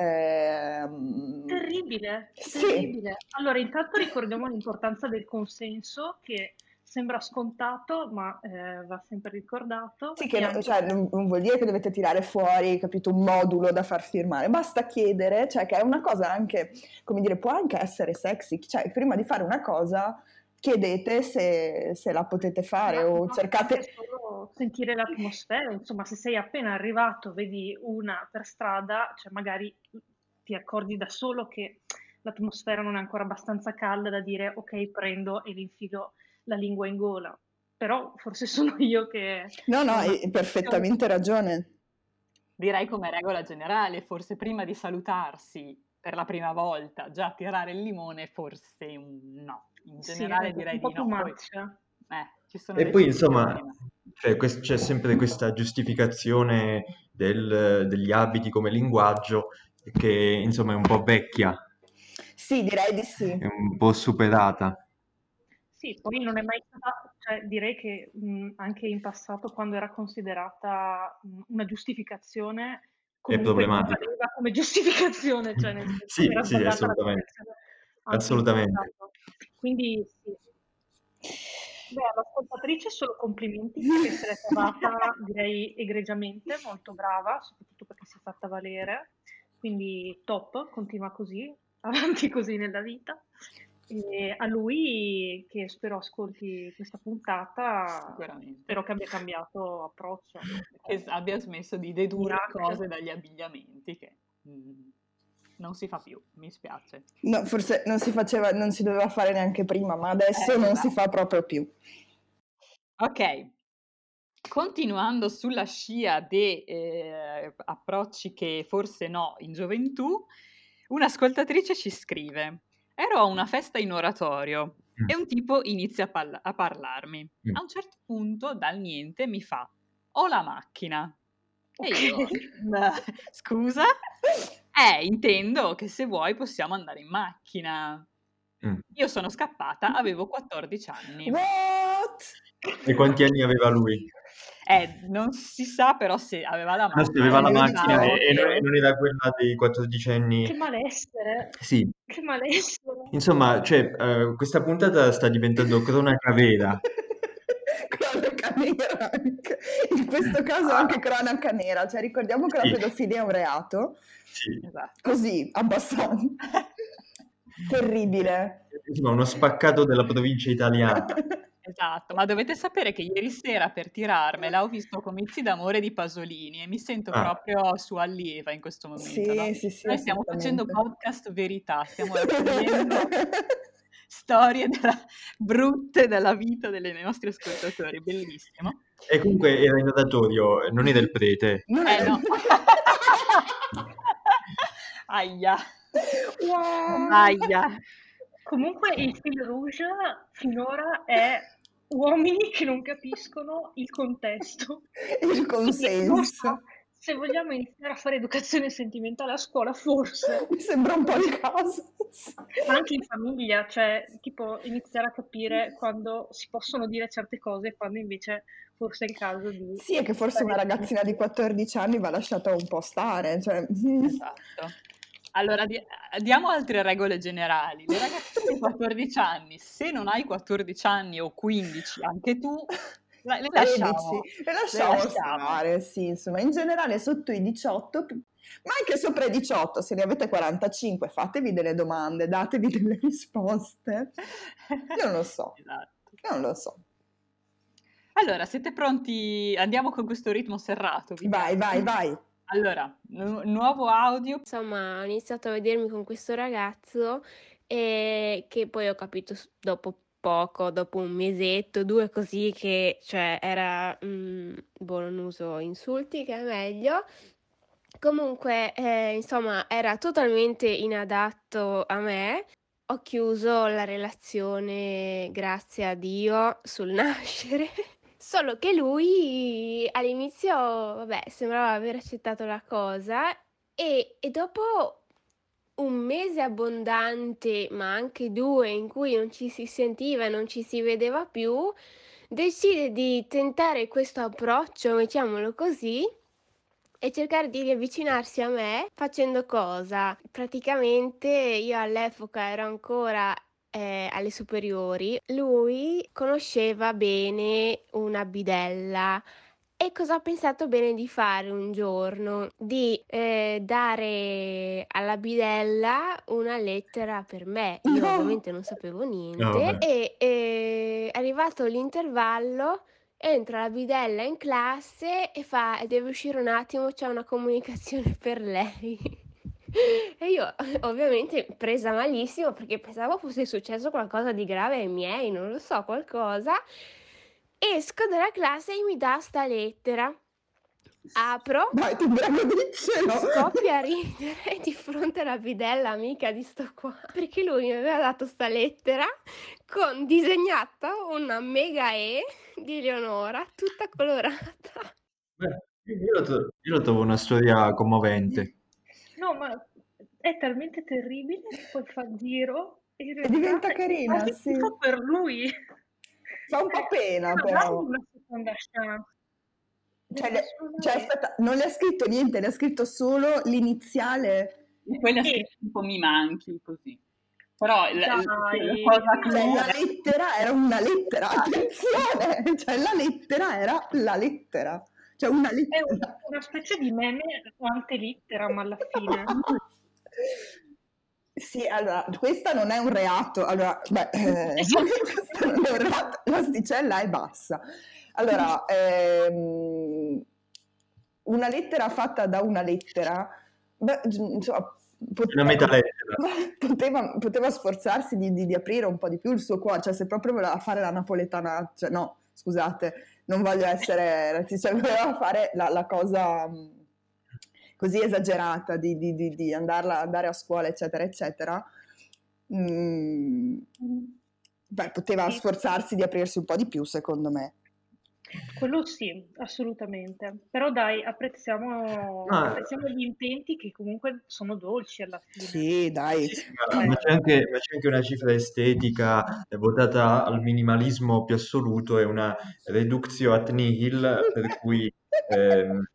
Ehm, terribile, Sì, terribile. Allora, intanto ricordiamo l'importanza del consenso, che sembra scontato, ma eh, va sempre ricordato. sì, E che no- anche cioè, non, non vuol dire che dovete tirare fuori, capito, un modulo da far firmare, basta chiedere, cioè che è una cosa anche, come dire, può anche essere sexy, cioè prima di fare una cosa chiedete se, se la potete fare Ma o basta anche cercate... solo sentire l'atmosfera, insomma, se sei appena arrivato, vedi una per strada, cioè magari ti accorgi da solo che l'atmosfera non è ancora abbastanza calda da dire ok, prendo e le infilo la lingua in gola. Però forse sono io che No, no, ho una hai percezione. perfettamente ragione. Direi come regola generale, forse prima di salutarsi per la prima volta, già tirare il limone, forse un no. In Sì, generale ecco, direi un po' di too no. Poi much. eh, ci sono E le poi, insomma, eccezioni, ma cioè, quest- c'è sempre questa giustificazione del- degli abiti come linguaggio che, insomma, è un po' vecchia, Sì, direi di è sì. un po' superata. Sì, poi non è mai stata, cioè direi che mh, anche in passato, quando era considerata mh, una giustificazione, È comunque non problematica. valeva come giustificazione, cioè nel senso Sì, era sì, sbagliata la assolutamente. spiegazione anche in Assolutamente. passato. Quindi sì. Beh, all'ascoltatrice solo complimenti perché se l'è cavata, direi, egregiamente, molto brava, soprattutto perché si è fatta valere. Quindi top, continua così, avanti così nella vita. E a lui, che spero ascolti questa puntata, sicuramente. spero che abbia cambiato approccio. Che s- abbia smesso di dedurre Mirac. cose dagli abbigliamenti, che mm, non si fa più, mi spiace. No, forse non si faceva, non si doveva fare neanche prima, ma adesso Eh, non si esatto. fa proprio più. Ok, continuando sulla scia dei eh, approcci che forse no in gioventù, un'ascoltatrice ci scrive: ero a una festa in oratorio Mm, e un tipo inizia a, palla- a parlarmi. mm. A un certo punto, dal niente, mi fa: ho la macchina. E Ok. io, "Beh, scusa? Eh, intendo che se vuoi possiamo andare in macchina. Mm. Io sono scappata, avevo quattordici anni. What? E quanti anni aveva lui? Eh, non si sa però se aveva la No, se macchina, aveva Eh, la me lo macchina e, e non, e diciotto. non era quella dei quattordicenni. Che malessere, Sì, che malessere. insomma, cioè, eh, questa puntata sta diventando cronaca vera. Cronaca nera anche. In questo caso Ah, anche cronaca nera, cioè ricordiamo che la sì, pedofilia è un reato, sì. Esatto. così, abbastanza. Terribile. Insomma, uno spaccato della provincia italiana. Esatto, ma dovete sapere che ieri sera per tirarmela ho visto Comizi d'amore di Pasolini e mi sento Ah, proprio sua allieva in questo momento, no? Sì, sì, sì, Noi stiamo facendo assolutamente. podcast verità, stiamo raccogliendo storie della- brutte della vita dei nostri ascoltatori, bellissimo. e comunque era in oratorio, non era il prete. Non Eh è... no. Aia. Wow. Aia. Comunque il fil rouge finora è uomini che non capiscono il contesto. Il Quindi non consenso. so, se vogliamo iniziare a fare educazione sentimentale a scuola, forse. Mi sembra un po' il caso. Ma anche in famiglia, cioè tipo iniziare a capire quando si possono dire certe cose e quando invece forse è il caso di Sì, è che forse una stare ragazzina di zitti. quattordici anni va lasciata un po' stare, cioè... Esatto. Allora, di- diamo altre regole generali. Le ragazzine di quattordici anni, se non hai quattordici anni o quindici, anche tu, la- le tredici, lasciamo. le Le lasciamo lasciamo. stare, sì, insomma, in generale sotto i diciotto, ma anche sopra i diciotto, se ne avete quarantacinque, fatevi delle domande, datevi delle risposte. Io non lo so, Esatto. io non lo so. Allora, siete pronti? Andiamo con questo ritmo serrato, vi Vai, vai, piace? vai. Allora, nu- nuovo audio. Insomma, ho iniziato a vedermi con questo ragazzo e che poi ho capito s- dopo poco, dopo un mesetto, due così, che cioè era, mm, boh, non uso insulti, che è meglio. Comunque, eh, insomma, era totalmente inadatto a me. Ho chiuso la relazione, grazie a Dio, sul nascere. Solo che lui all'inizio, vabbè, sembrava aver accettato la cosa e, e dopo un mese abbondante, ma anche due, in cui non ci si sentiva e non ci si vedeva più, decide di tentare questo approccio, mettiamolo così, e cercare di riavvicinarsi a me facendo cosa? Praticamente io all'epoca ero ancora eh, alle superiori, lui conosceva bene una bidella. E cosa ho pensato bene di fare un giorno? Di eh, dare alla bidella una lettera per me. Io No! ovviamente non sapevo Ah, niente vabbè. e eh, arrivato l'intervallo entra la bidella in classe e fa deve uscire un attimo, c'è una comunicazione per lei. E io ovviamente presa malissimo perché pensavo fosse successo qualcosa di grave ai miei, non lo so, qualcosa. Esco dalla classe e mi dà sta lettera. Apro, Vai, tu prego, diccelo! scoppia a ridere di fronte alla bidella amica di sto qua, perché lui mi aveva dato sta lettera con disegnata una mega E di Eleonora, tutta colorata. Beh, io lo, tro- io lo trovo una storia commovente. No, ma è talmente terribile che poi fa il giro e in E diventa realtà è carina, quasi sì. tifo per lui. Fa un po' Cioè, pena, ma però. dai una seconda chance. Cioè, Deve le- cioè, assolutamente. aspetta, non le ha scritto niente, le ha scritto solo l'iniziale. E poi le ha E scritto un po' mi manchi, così. Però la, la- la dai, cosa Cioè, clou la era... lettera era una lettera, attenzione! Cioè, la lettera era la lettera. Cioè, una è un- lettera. una specie di meme ante litteram alla fine. Sì, allora, questa non è un reato. Allora, beh, eh, questo non è un reato, l'asticella è bassa. Allora, ehm, una lettera fatta da una lettera, beh, insomma, pot- Una metalettera. poteva, poteva sforzarsi di, di- di aprire un po' di più il suo cuore, cioè se proprio voleva fare la napoletana, cioè no, scusate, non voglio essere, cioè voleva fare la, la cosa mh, così esagerata di, di, di, di andarla, andare a scuola, eccetera, eccetera. Mm, beh, poteva Sì, sforzarsi di aprirsi un po' di più, secondo me. quello sì, assolutamente. Però dai, apprezziamo, Ma, apprezziamo gli intenti che comunque sono dolci alla fine. Sì, dai. sì, ma- Cioè, ma c'è anche, ma c'è anche una cifra estetica eh, votata al minimalismo più assoluto e una reductio ad nihil, per cui ehm,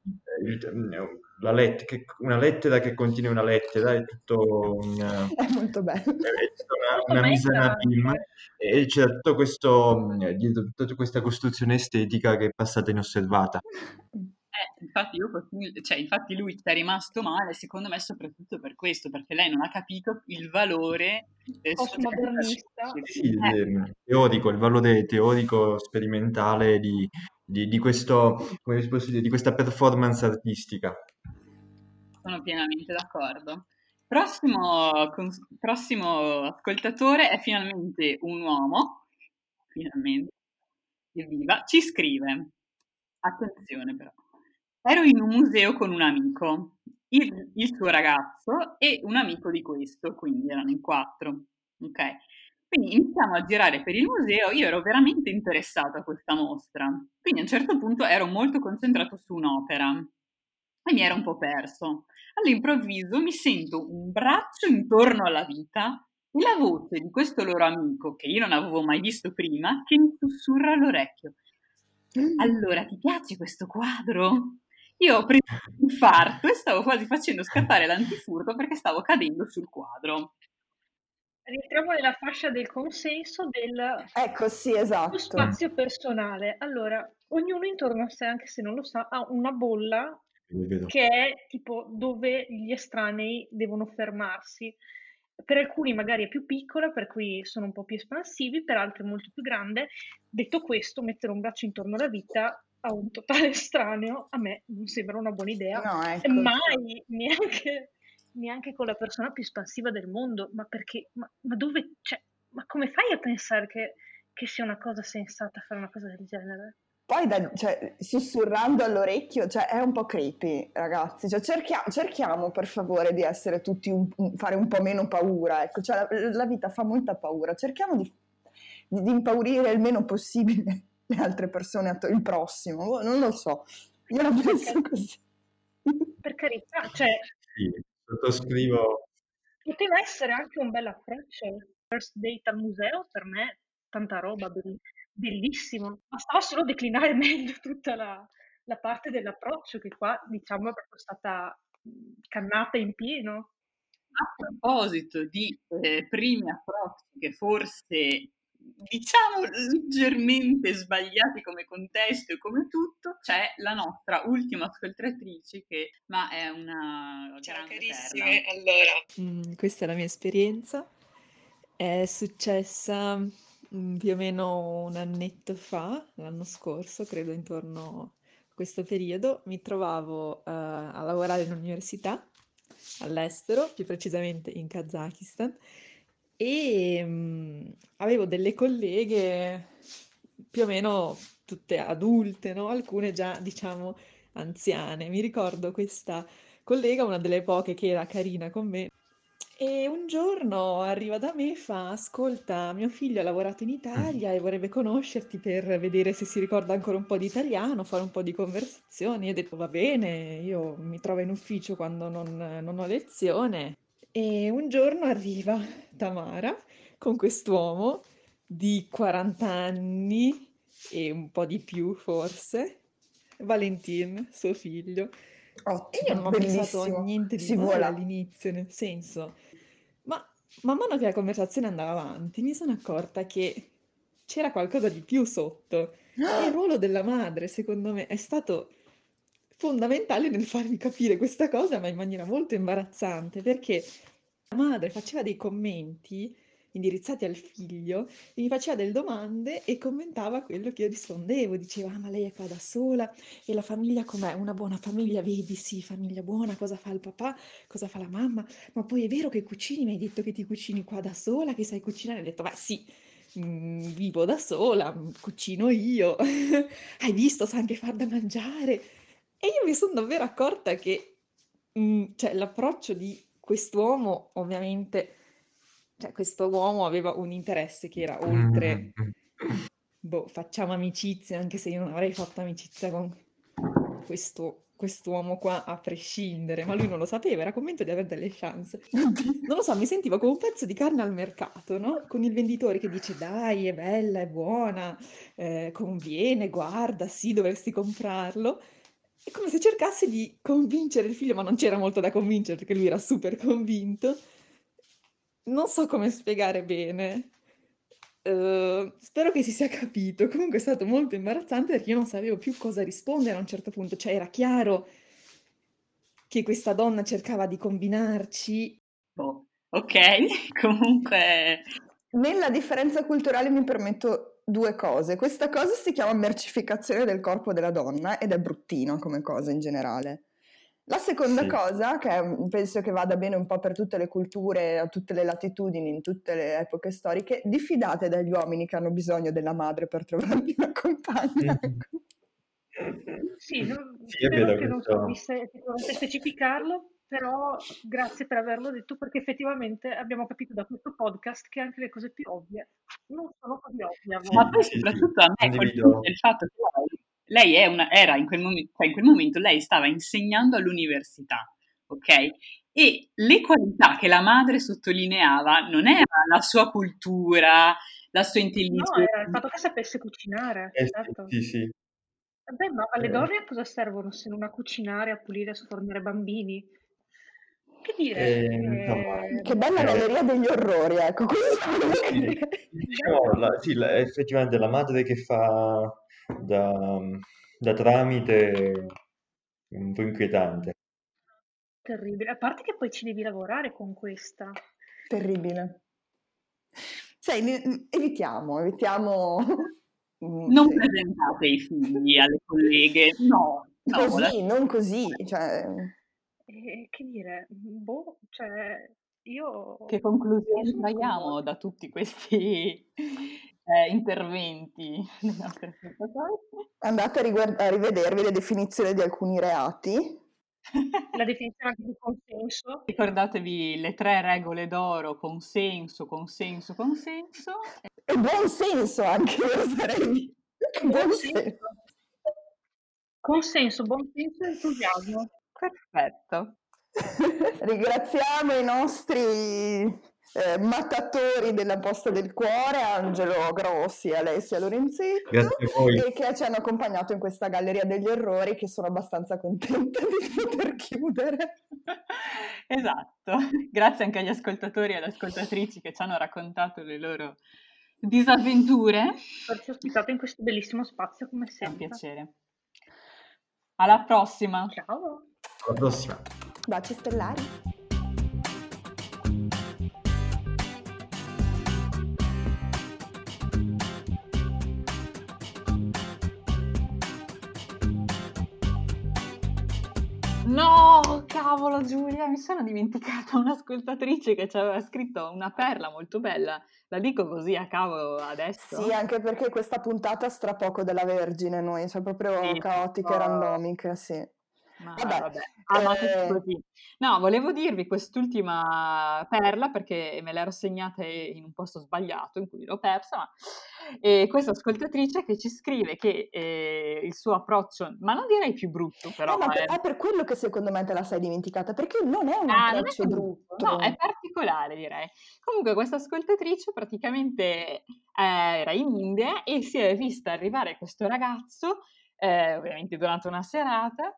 il- la let- che- una lettera che contiene una lettera è tutto un, È molto bello. è tutta una, molto una mise en meta abîme anche. e c'è tutto questo, mh, dietro tutta questa costruzione estetica che è passata inosservata. Eh, infatti, io continuo- cioè, infatti lui ci è rimasto male, secondo me soprattutto per questo, perché lei non ha capito il valore del suo Postmodernista. Sì, sì, Eh, ehm, teorico, il valore teorico sperimentale di, di- di questo, come si può dire, di questa performance artistica. sono pienamente d'accordo. Prossimo, cons- prossimo ascoltatore è finalmente un uomo, finalmente, evviva, ci scrive. Attenzione però. Ero in un museo con un amico, il, il suo ragazzo e un amico di questo, quindi erano in quattro. Ok? Quindi iniziamo a girare per il museo, io ero veramente interessato a questa mostra, quindi a un certo punto ero molto concentrato su un'opera e mi ero un po' perso. All'improvviso mi sento un braccio intorno alla vita e la voce di questo loro amico, che io non avevo mai visto prima, che mi sussurra all'orecchio. Allora, ti piace questo quadro? Io ho preso un infarto e stavo quasi facendo scattare l'antifurto perché stavo cadendo sul quadro. Rientriamo nella fascia del consenso del Ecco, sì, tuo esatto. spazio personale. Allora, ognuno intorno a sé, anche se non lo sa, ha una bolla Vedo. che è tipo dove gli estranei devono fermarsi. Per alcuni magari è più piccola, per cui sono un po' più espansivi, per altri è molto più grande. Detto questo, mettere un braccio intorno alla vita a un totale estraneo, a me non sembra una buona idea. No, E ecco. mai, neanche, neanche con la persona più espansiva del mondo, ma perché, ma, ma dove, cioè, ma come fai a pensare che, che sia una cosa sensata fare una cosa del genere? Poi, da- cioè, sussurrando all'orecchio, cioè, è un po' creepy, ragazzi. Cioè, cerchia- cerchiamo, per favore, di essere tutti un, un- fare un po' meno paura. Ecco, cioè, la, la vita fa molta paura. Cerchiamo di, di, di impaurire il meno possibile le altre persone, atto- il prossimo. Boh, non lo so. Io la penso Perché, così. per carità, cioè, Sì, sottoscrivo. poteva essere anche un bel approccio. First date al museo, per me, tanta roba, be- bellissimo. Bastava solo declinare meglio tutta la, la parte dell'approccio, che qua, diciamo, è proprio stata mh, cannata in pieno. A proposito di eh, primi approcci che forse diciamo leggermente sbagliati come contesto e come tutto, c'è la nostra ultima ascoltatrice che ma è una Ciao grande carissime, perla. allora, mm, questa è la mia esperienza, è successa mm, più o meno un annetto fa, l'anno scorso, credo intorno a questo periodo, mi trovavo eh, a lavorare in università all'estero, più precisamente in Kazakistan, e mm, avevo delle colleghe più o meno tutte adulte, no? Alcune già, diciamo, anziane. Mi ricordo questa collega, una delle poche che era carina con me, e un giorno arriva da me e fa: Ascolta, mio figlio ha lavorato in Italia e vorrebbe conoscerti per vedere se si ricorda ancora un po' di italiano, fare un po' di conversazioni. Io ho detto: Va bene, io mi trovo in ufficio quando non, non ho lezione. E un giorno arriva Tamara con quest'uomo di quaranta anni e un po' di più forse, Valentin, suo figlio. E io Ottimo, non ho pensato a bellissimo. niente di Si male vola. all'inizio, nel senso, ma man mano che la conversazione andava avanti, mi sono accorta che c'era qualcosa di più sotto. E il ruolo della madre, secondo me, è stato fondamentale nel farmi capire questa cosa, ma in maniera molto imbarazzante, perché la madre faceva dei commenti indirizzati al figlio e mi faceva delle domande e commentava quello che io rispondevo. Diceva: Ah, ma lei è qua da sola e la famiglia com'è? Una buona famiglia, vedi? Sì, famiglia buona, cosa fa il papà? Cosa fa la mamma? Ma poi è vero che cucini? Mi hai detto che ti cucini qua da sola, che sai cucinare? Ho detto: Beh, sì. mm, Vivo da sola, mm, cucino io. Hai visto, sa anche far da mangiare. E io mi sono davvero accorta che mm, cioè, l'approccio di quest'uomo, ovviamente, cioè, questo uomo aveva un interesse che era oltre, boh, facciamo amicizia, anche se io non avrei fatto amicizia con questo, quest'uomo qua a prescindere, ma lui non lo sapeva, era convinto di avere delle chance. Non lo so, mi sentivo come un pezzo di carne al mercato, no? Con il venditore che dice: Dai, è bella, è buona, eh, conviene, guarda, sì, dovresti comprarlo. È come se cercasse di convincere il figlio, ma non c'era molto da convincere perché lui era super convinto. Non so come spiegare bene. Eh, spero che si sia capito. Comunque è stato molto imbarazzante perché io non sapevo più cosa rispondere a un certo punto. Cioè era chiaro che questa donna cercava di combinarci. Boh, ok, comunque Nella differenza culturale mi permetto due cose. Questa cosa si chiama mercificazione del corpo della donna ed è bruttino come cosa in generale. La seconda Sì. cosa, che è- penso che vada bene un po' per tutte le culture, a tutte le latitudini, in tutte le epoche storiche, diffidate dagli uomini che hanno bisogno della madre per trovargli una compagna. ecco. Sì, no- Sì, è spero vero, che non questo. servisse effettivamente specificarlo, però grazie per averlo detto perché effettivamente abbiamo capito da questo podcast che anche le cose più ovvie non sono così ovvie a ma Sì, poi volte. sì, sì, soprattutto a me colpisce condivido. il fatto che lei, lei è una, era in quel momento, cioè in quel momento lei stava insegnando all'università, ok? E le qualità che la madre sottolineava non era la sua cultura, la sua No, intelligenza. era il fatto che sapesse cucinare, Eh sì, certo. sì, sì. Vabbè, ma alle Eh, donne a cosa servono se non a cucinare, a pulire, a sfornare bambini? Che dire? eh, insomma, Che ehm, bella eh, galleria degli orrori, ecco, questo volevo sì, dire. diciamo, la, sì, la- effettivamente la madre che fa da, da tramite è un po' inquietante. terribile. A parte che poi ci devi lavorare con questa. Terribile. Sai, ne- evitiamo, evitiamo Mm, Non sì. presentate i figli alle colleghe, no, no. la- Così, non così, cioè... E che dire, boh, cioè io, Che io conclusioni sono traiamo sconvolta. da tutti questi eh, interventi dei nostri ascoltatori? Andate a, riguard- a rivedervi le definizioni di alcuni reati. La definizione anche di consenso. Ricordatevi le tre regole d'oro: consenso, consenso, consenso. E buon senso anche, oserei. Buon Buon senso. senso. Consenso, buon senso e entusiasmo. Perfetto. Ringraziamo i nostri eh, mattatori della Posta del Cuore, Angelo Grossi e Alessia Lorenzetto, Grazie a voi. e che ci hanno accompagnato in questa galleria degli errori, che sono abbastanza contenta di poter chiudere. Esatto. Grazie anche agli ascoltatori e alle ascoltatrici che ci hanno raccontato le loro disavventure. Perci ospitato in questo bellissimo spazio come È un sempre. piacere. Alla prossima. Ciao. Alla prossima. Baci stellari. No, cavolo Giulia, mi sono dimenticata un'ascoltatrice che ci aveva scritto una perla molto bella. La dico così a cavolo adesso? Sì, anche perché questa puntata stra poco della Vergine noi, cioè proprio Sì, caotiche, oh. randomiche, sì. Ma Vabbè, vabbè, amateci eh, così. No, volevo dirvi quest'ultima perla perché me l'ero segnata in un posto sbagliato in cui l'ho persa, ma e questa ascoltatrice che ci scrive che eh, il suo approccio, ma non direi più brutto, però eh, ma per- è, è per quello che secondo me te la sei dimenticata, perché non è un ah, non è approccio che brutto, no, è brutto. particolare direi. Comunque questa ascoltatrice praticamente eh, era in India e si è vista arrivare questo ragazzo, eh, ovviamente durante una serata,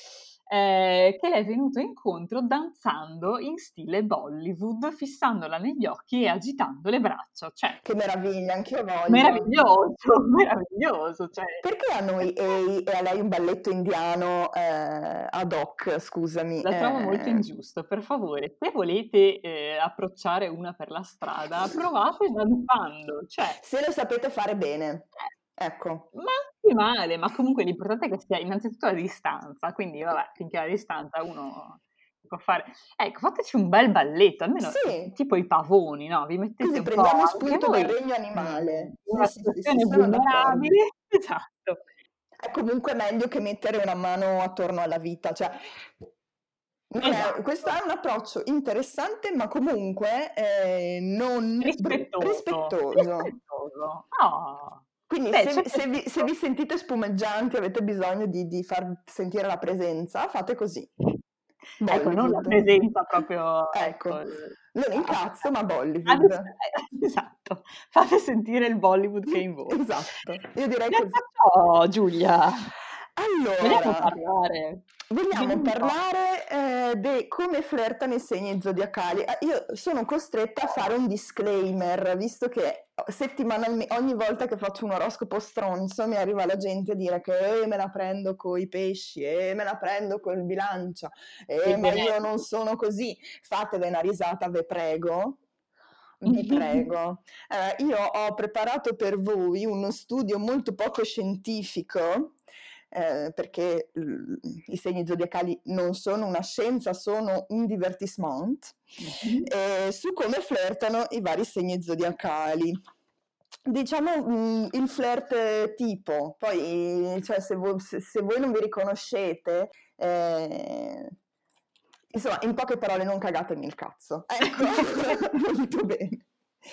eh, che le è venuto incontro danzando in stile Bollywood, fissandola negli occhi e agitando le braccia. Cioè, Che meraviglia, anch'io voglio. meraviglioso, meraviglioso. Cioè, Perché a noi e, e a lei un balletto indiano eh, ad hoc, scusami? la trovo molto eh, ingiusto. Per favore, se volete eh, approcciare una per la strada, provate danzando. Cioè, Se lo sapete fare bene, eh, ecco. ma anche male, ma comunque l'importante è che sia innanzitutto a distanza, quindi vabbè, finché è a distanza uno può fare... Ecco, fateci un bel balletto, almeno Sì, tipo i pavoni, no? Vi mettete così un po' prendiamo anche spunto dal voi regno mm, animale. in Sì, una sì, sì, sì, situazione sono d'accordo. vulnerabile, esatto. È comunque meglio che mettere una mano attorno alla vita, cioè non è- Esatto. questo è un approccio interessante, ma comunque eh, non bru- Rispettoso. rispettoso. Rispettoso. Oh. Quindi Beh, se, c'è se vi, se vi questo. sentite spumeggianti, avete bisogno di, di far sentire la presenza, fate così. Ecco, non la Bollywood. presenza proprio, Ecco, ecco, il- non il ah, cazzo, ma ad- Bollywood. eh, esatto, fate sentire il Bollywood che è in voi. Esatto, io direi Detto così. ciò, Giulia, vogliamo Allora, parlare? vogliamo Dimmi un po'. parlare eh, di come flirtano i segni zodiacali. Eh, io sono costretta a fare un disclaimer, visto che settimanalmente, ogni volta che faccio un oroscopo stronzo, mi arriva la gente a dire che eh, me la prendo con i pesci, e eh, me la prendo col bilancia, e E ma io bene. non sono così. Fatevi una risata, ve prego. Vi prego. Eh, io ho preparato per voi uno studio molto poco scientifico, eh, perché l- i segni zodiacali non sono una scienza, sono un divertissement, Mhm. eh, su come flirtano i vari segni zodiacali. Diciamo mh, il flirt tipo, poi cioè, se, voi, se, se voi non vi riconoscete, eh, insomma, in poche parole, non cagatemi il cazzo. Ecco, molto bene.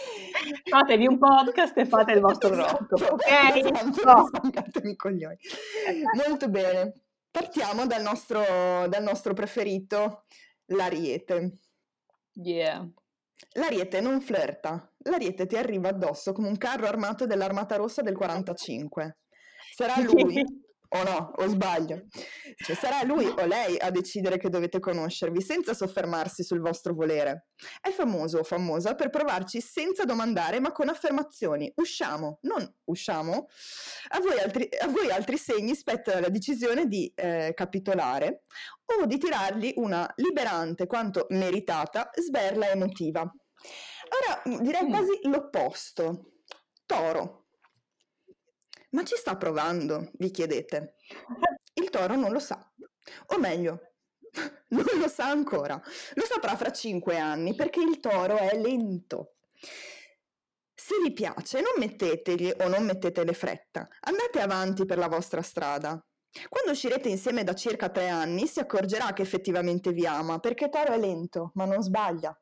Fatevi un podcast e fate il vostro oroscopo, Esatto, ok? esatto, No. non sbagliatemi i coglioni. Molto bene. Partiamo dal nostro, dal nostro preferito, l'Ariete. Yeah. L'Ariete non flirta, l'Ariete ti arriva addosso come un carro armato dell'Armata Rossa del quarantacinque. Sarà lui, o no, o sbaglio, cioè sarà lui o lei a decidere che dovete conoscervi senza soffermarsi sul vostro volere. È famoso o famosa per provarci senza domandare ma con affermazioni. Usciamo, non usciamo. A voi altri, a voi altri segni spetta la decisione di eh, capitolare o di tirargli una liberante quanto meritata sberla emotiva. Ora direi Mm. quasi l'opposto. Toro. Ma ci sta provando, vi chiedete. Il Toro non lo sa, o meglio, non lo sa ancora, lo saprà fra cinque anni perché il Toro è lento. Se vi piace, non mettetegli o non mettetele fretta, andate avanti per la vostra strada. Quando uscirete insieme da circa tre anni si accorgerà che effettivamente vi ama, perché Toro è lento, ma non sbaglia.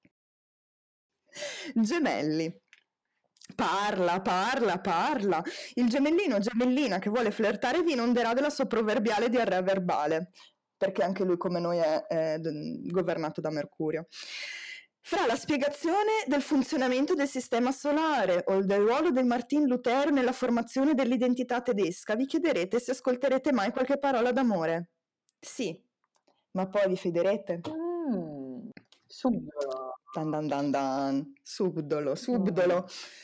Gemelli. Parla, parla, parla. Il gemellino o gemellina che vuole flirtare vi inonderà della sua proverbiale diarrea verbale, perché anche lui come noi è, è governato da Mercurio. Fra la spiegazione del funzionamento del sistema solare o del ruolo del Martin Luther nella formazione dell'identità tedesca, vi chiederete se ascolterete mai qualche parola d'amore. Sì, ma poi vi fiderete? Mm, subdolo. Dan dan dan dan. Subdolo, subdolo.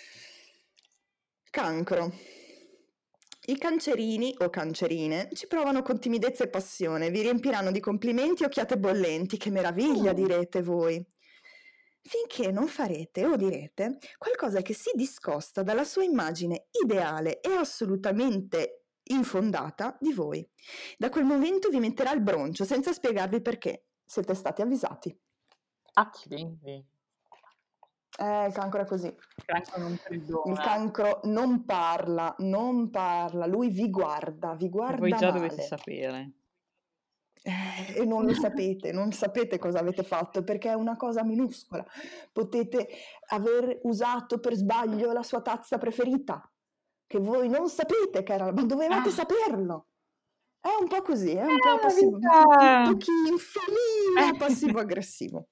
Cancro. I cancerini o cancerine ci provano con timidezza e passione, vi riempiranno di complimenti e occhiate bollenti, che meraviglia, Mm. direte voi. Finché non farete o direte qualcosa che si discosta dalla sua immagine ideale e assolutamente infondata di voi. Da quel momento vi metterà il broncio senza spiegarvi perché. Siete stati avvisati. Accidenti. Eh, il cancro è così. Il cancro non Il perdona. cancro non parla, non parla, lui vi guarda, vi E voi guarda già dovete male. sapere. Eh, e non lo sapete, non sapete cosa avete fatto perché è una cosa minuscola. Potete aver usato per sbaglio la sua tazza preferita, che voi non sapete che era, ma dovevate Ah. saperlo. È un po' così, è un È po' una passivo, un vita. pochino felino, Eh. passivo-aggressivo.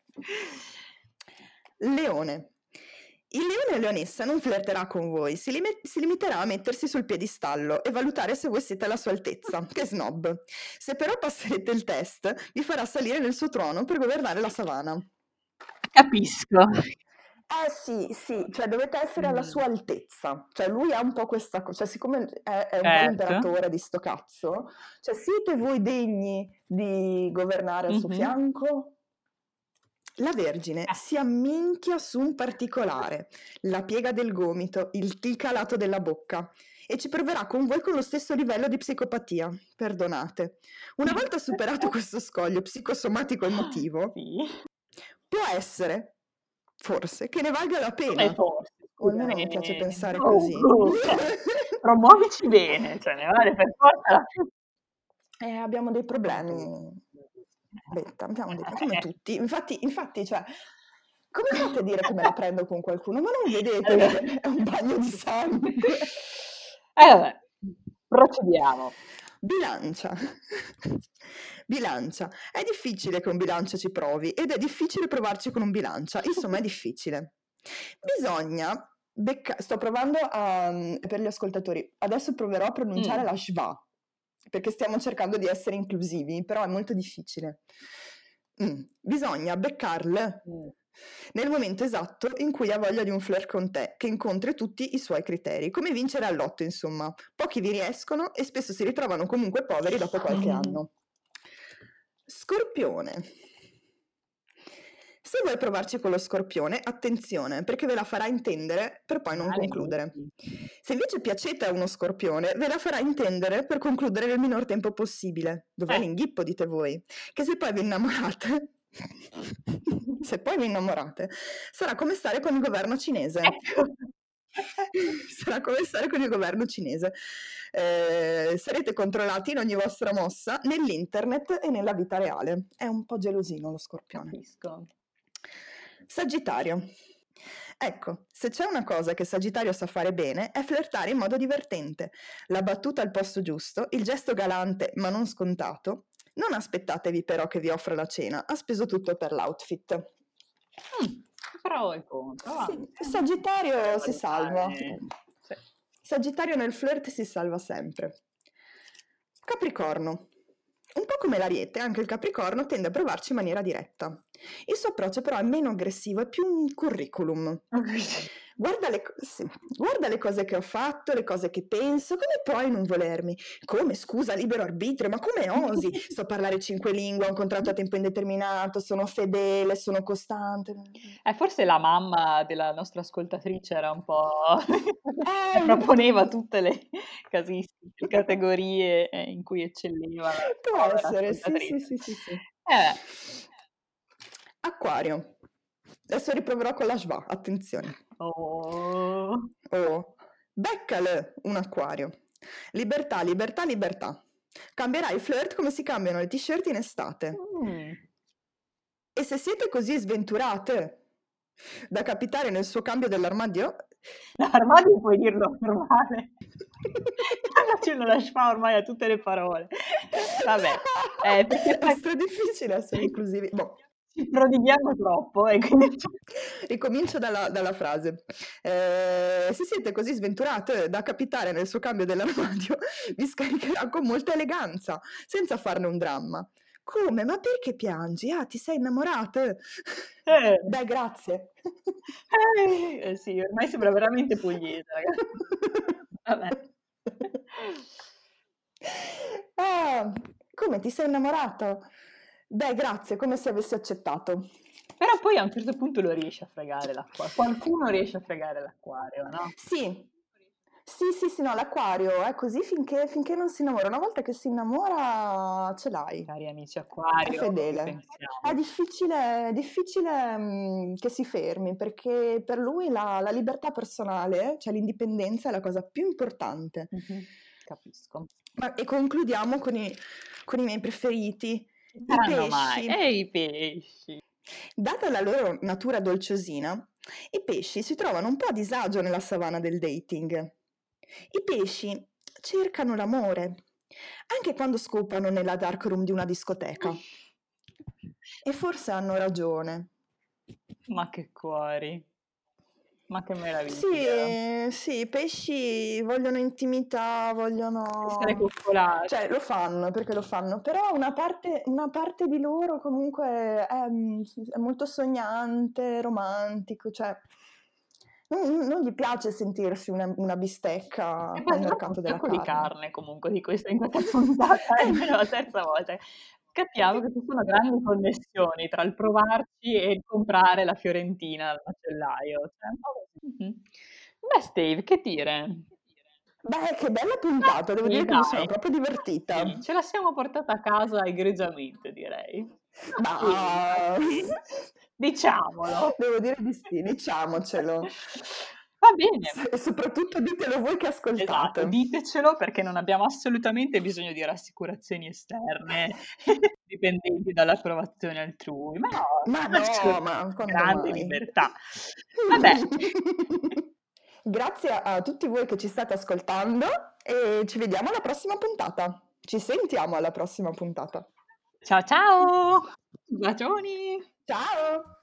Leone. Il leone o leonessa non flirterà con voi, si, limi- si limiterà a mettersi sul piedistallo e valutare se voi siete alla sua altezza. Che snob. Se però passerete il test, vi farà salire nel suo trono per governare la savana. Capisco. Eh sì, sì, cioè dovete essere alla Mm. sua altezza. Cioè lui ha un po' questa cosa, cioè siccome è, è un po' Certo. l'imperatore di sto cazzo, cioè siete voi degni di governare al suo Mhm. fianco? La Vergine Eh. si amminchia su un particolare, la piega del gomito, il, il calato della bocca, e ci proverà con voi con lo stesso livello di psicopatia. Perdonate. Una volta superato questo scoglio psicosomatico emotivo, Sì. può essere, forse, che ne valga la Come pena. forse? O almeno Scusami. mi piace pensare Oh, così. oh, cioè, promuovici bene, cioè ne vale per forza la Eh, abbiamo dei problemi, Betta, abbiamo dei come tutti. Infatti, infatti, cioè, come fate a dire che me la prendo con qualcuno? Ma non vedete Allora. che è un bagno di sangue? Eh vabbè, procediamo. Bilancia. Bilancia. È difficile che un bilancia ci provi ed è difficile provarci con un bilancia. Insomma, è difficile. Bisogna becca- sto provando a, per gli ascoltatori, adesso proverò a pronunciare Mm. la schwa, perché stiamo cercando di essere inclusivi, però è molto difficile. Mm. Bisogna beccarle Mm. nel momento esatto in cui ha voglia di un flirt con te, che incontri tutti i suoi criteri. Come vincere al lotto, insomma. Pochi vi riescono e spesso si ritrovano comunque poveri dopo qualche anno. Scorpione. Se vuoi provarci con lo scorpione, attenzione, perché ve la farà intendere per poi non Male concludere. tutti. Se invece piacete a uno scorpione, ve la farà intendere per concludere nel minor tempo possibile. Dov'è Eh. l'inghippo, dite voi? Che se poi vi innamorate, se poi vi innamorate, sarà come stare con il governo cinese. Ecco. Sarà come stare con il governo cinese. Eh, sarete controllati in ogni vostra mossa nell'internet e nella vita reale. È un po' gelosino lo scorpione. Capisco. Sagittario. Ecco, se c'è una cosa che Sagittario sa fare bene è flirtare in modo divertente. La battuta al posto giusto, il gesto galante ma non scontato. Non aspettatevi però che vi offra la cena, ha speso tutto per l'outfit. Mm. Pro e contro. va. Sì, Sagittario si salva. Valutare. Sì. Sagittario nel flirt si salva sempre. Capricorno. Un po' come l'Ariete, anche il Capricorno tende a provarci in maniera diretta. Il suo approccio però è meno aggressivo, è più un curriculum. Guarda le, co- sì, guarda le cose che ho fatto, le cose che penso, come puoi non volermi? Come, scusa, libero arbitrio, ma come osi? So parlare cinque lingue, ho un contratto a tempo indeterminato, sono fedele, sono costante. Eh, forse la mamma della nostra ascoltatrice era un po'... Eh, proponeva tutte le casistiche, categorie eh, in cui eccelleva la può povera essere, sì, sì, ascoltatrice. sì, sì, sì. Eh, Acquario. Adesso riproverò con la schwa, attenzione. oh. Oh, beccale un acquario. Libertà, libertà, libertà. Cambierai flirt come si cambiano le t-shirt in estate. Mm. E se siete così sventurate da capitare nel suo cambio dell'armadio... L'armadio puoi dirlo normale. Facendo la schwa ormai a tutte le parole. Vabbè, eh, perché È stra difficile essere inclusivi. Boh. ci prodighiamo troppo e quindi... Ricomincio dalla, dalla frase. Eh, se siete così sventurate da capitare nel suo cambio dell'armadio, vi scaricherà con molta eleganza, senza farne un dramma. Come? Ma perché piangi? Ah, ti sei innamorata? Eh. Beh, grazie. Eh, eh sì, ormai sembra veramente pugliese, ragazzi. Vabbè. Ah, come ti sei innamorato? Beh, grazie, come se avessi accettato. Però poi a un certo punto lo riesce a fregare l'acquario. Qualcuno riesce a fregare l'acquario, no? Sì, sì, sì, sì, no, l'acquario è così finché, finché non si innamora. Una volta che si innamora, ce l'hai. Cari amici È acquario, fedele. pensiamo. È difficile, è difficile mh, che si fermi, perché per lui la, la libertà personale, cioè l'indipendenza, è la cosa più importante. Mhm, capisco. Ma- e concludiamo con i, con i miei preferiti, i Saranno mai. pesci. E i pesci. Data la loro natura dolciosina, i pesci si trovano un po' a disagio nella savana del dating. I pesci cercano l'amore, anche quando scopano nella dark room di una discoteca. E forse hanno ragione. Ma che cuori. Ma che meraviglia. Sì, sì, i pesci vogliono intimità, Essere vogliono... coccolati. Cioè, lo fanno, perché lo fanno, però una parte, una parte di loro comunque è, è molto sognante, romantico, cioè... Non, non gli piace sentirsi una, una bistecca E al beh, mercato un della sacco di carne. carne comunque di questa, in questa puntata, è almeno la terza volta. Capiamo che ci sono grandi connessioni tra il provarci e il comprare la fiorentina al macellaio. Cioè, un po' così. Mhm. Beh, Steve, che dire? Beh, che bella puntata, devo Sì, dire che mi sono dai. proprio divertita. Sì, ce la siamo portata a casa egregiamente, direi. Ma sì, Ma... ma sì. Diciamolo. Devo dire di sì, diciamocelo. Va bene. E soprattutto ditelo voi che ascoltate. Esatto, ditecelo perché non abbiamo assolutamente bisogno di rassicurazioni esterne dipendenti dall'approvazione altrui. Ma no, Ma dacelo no, ma quando grande mai? libertà. Vabbè. Grazie a, a tutti voi che ci state ascoltando e ci vediamo alla prossima puntata. Ci sentiamo alla prossima puntata. Ciao ciao! Bacioni! Ciao!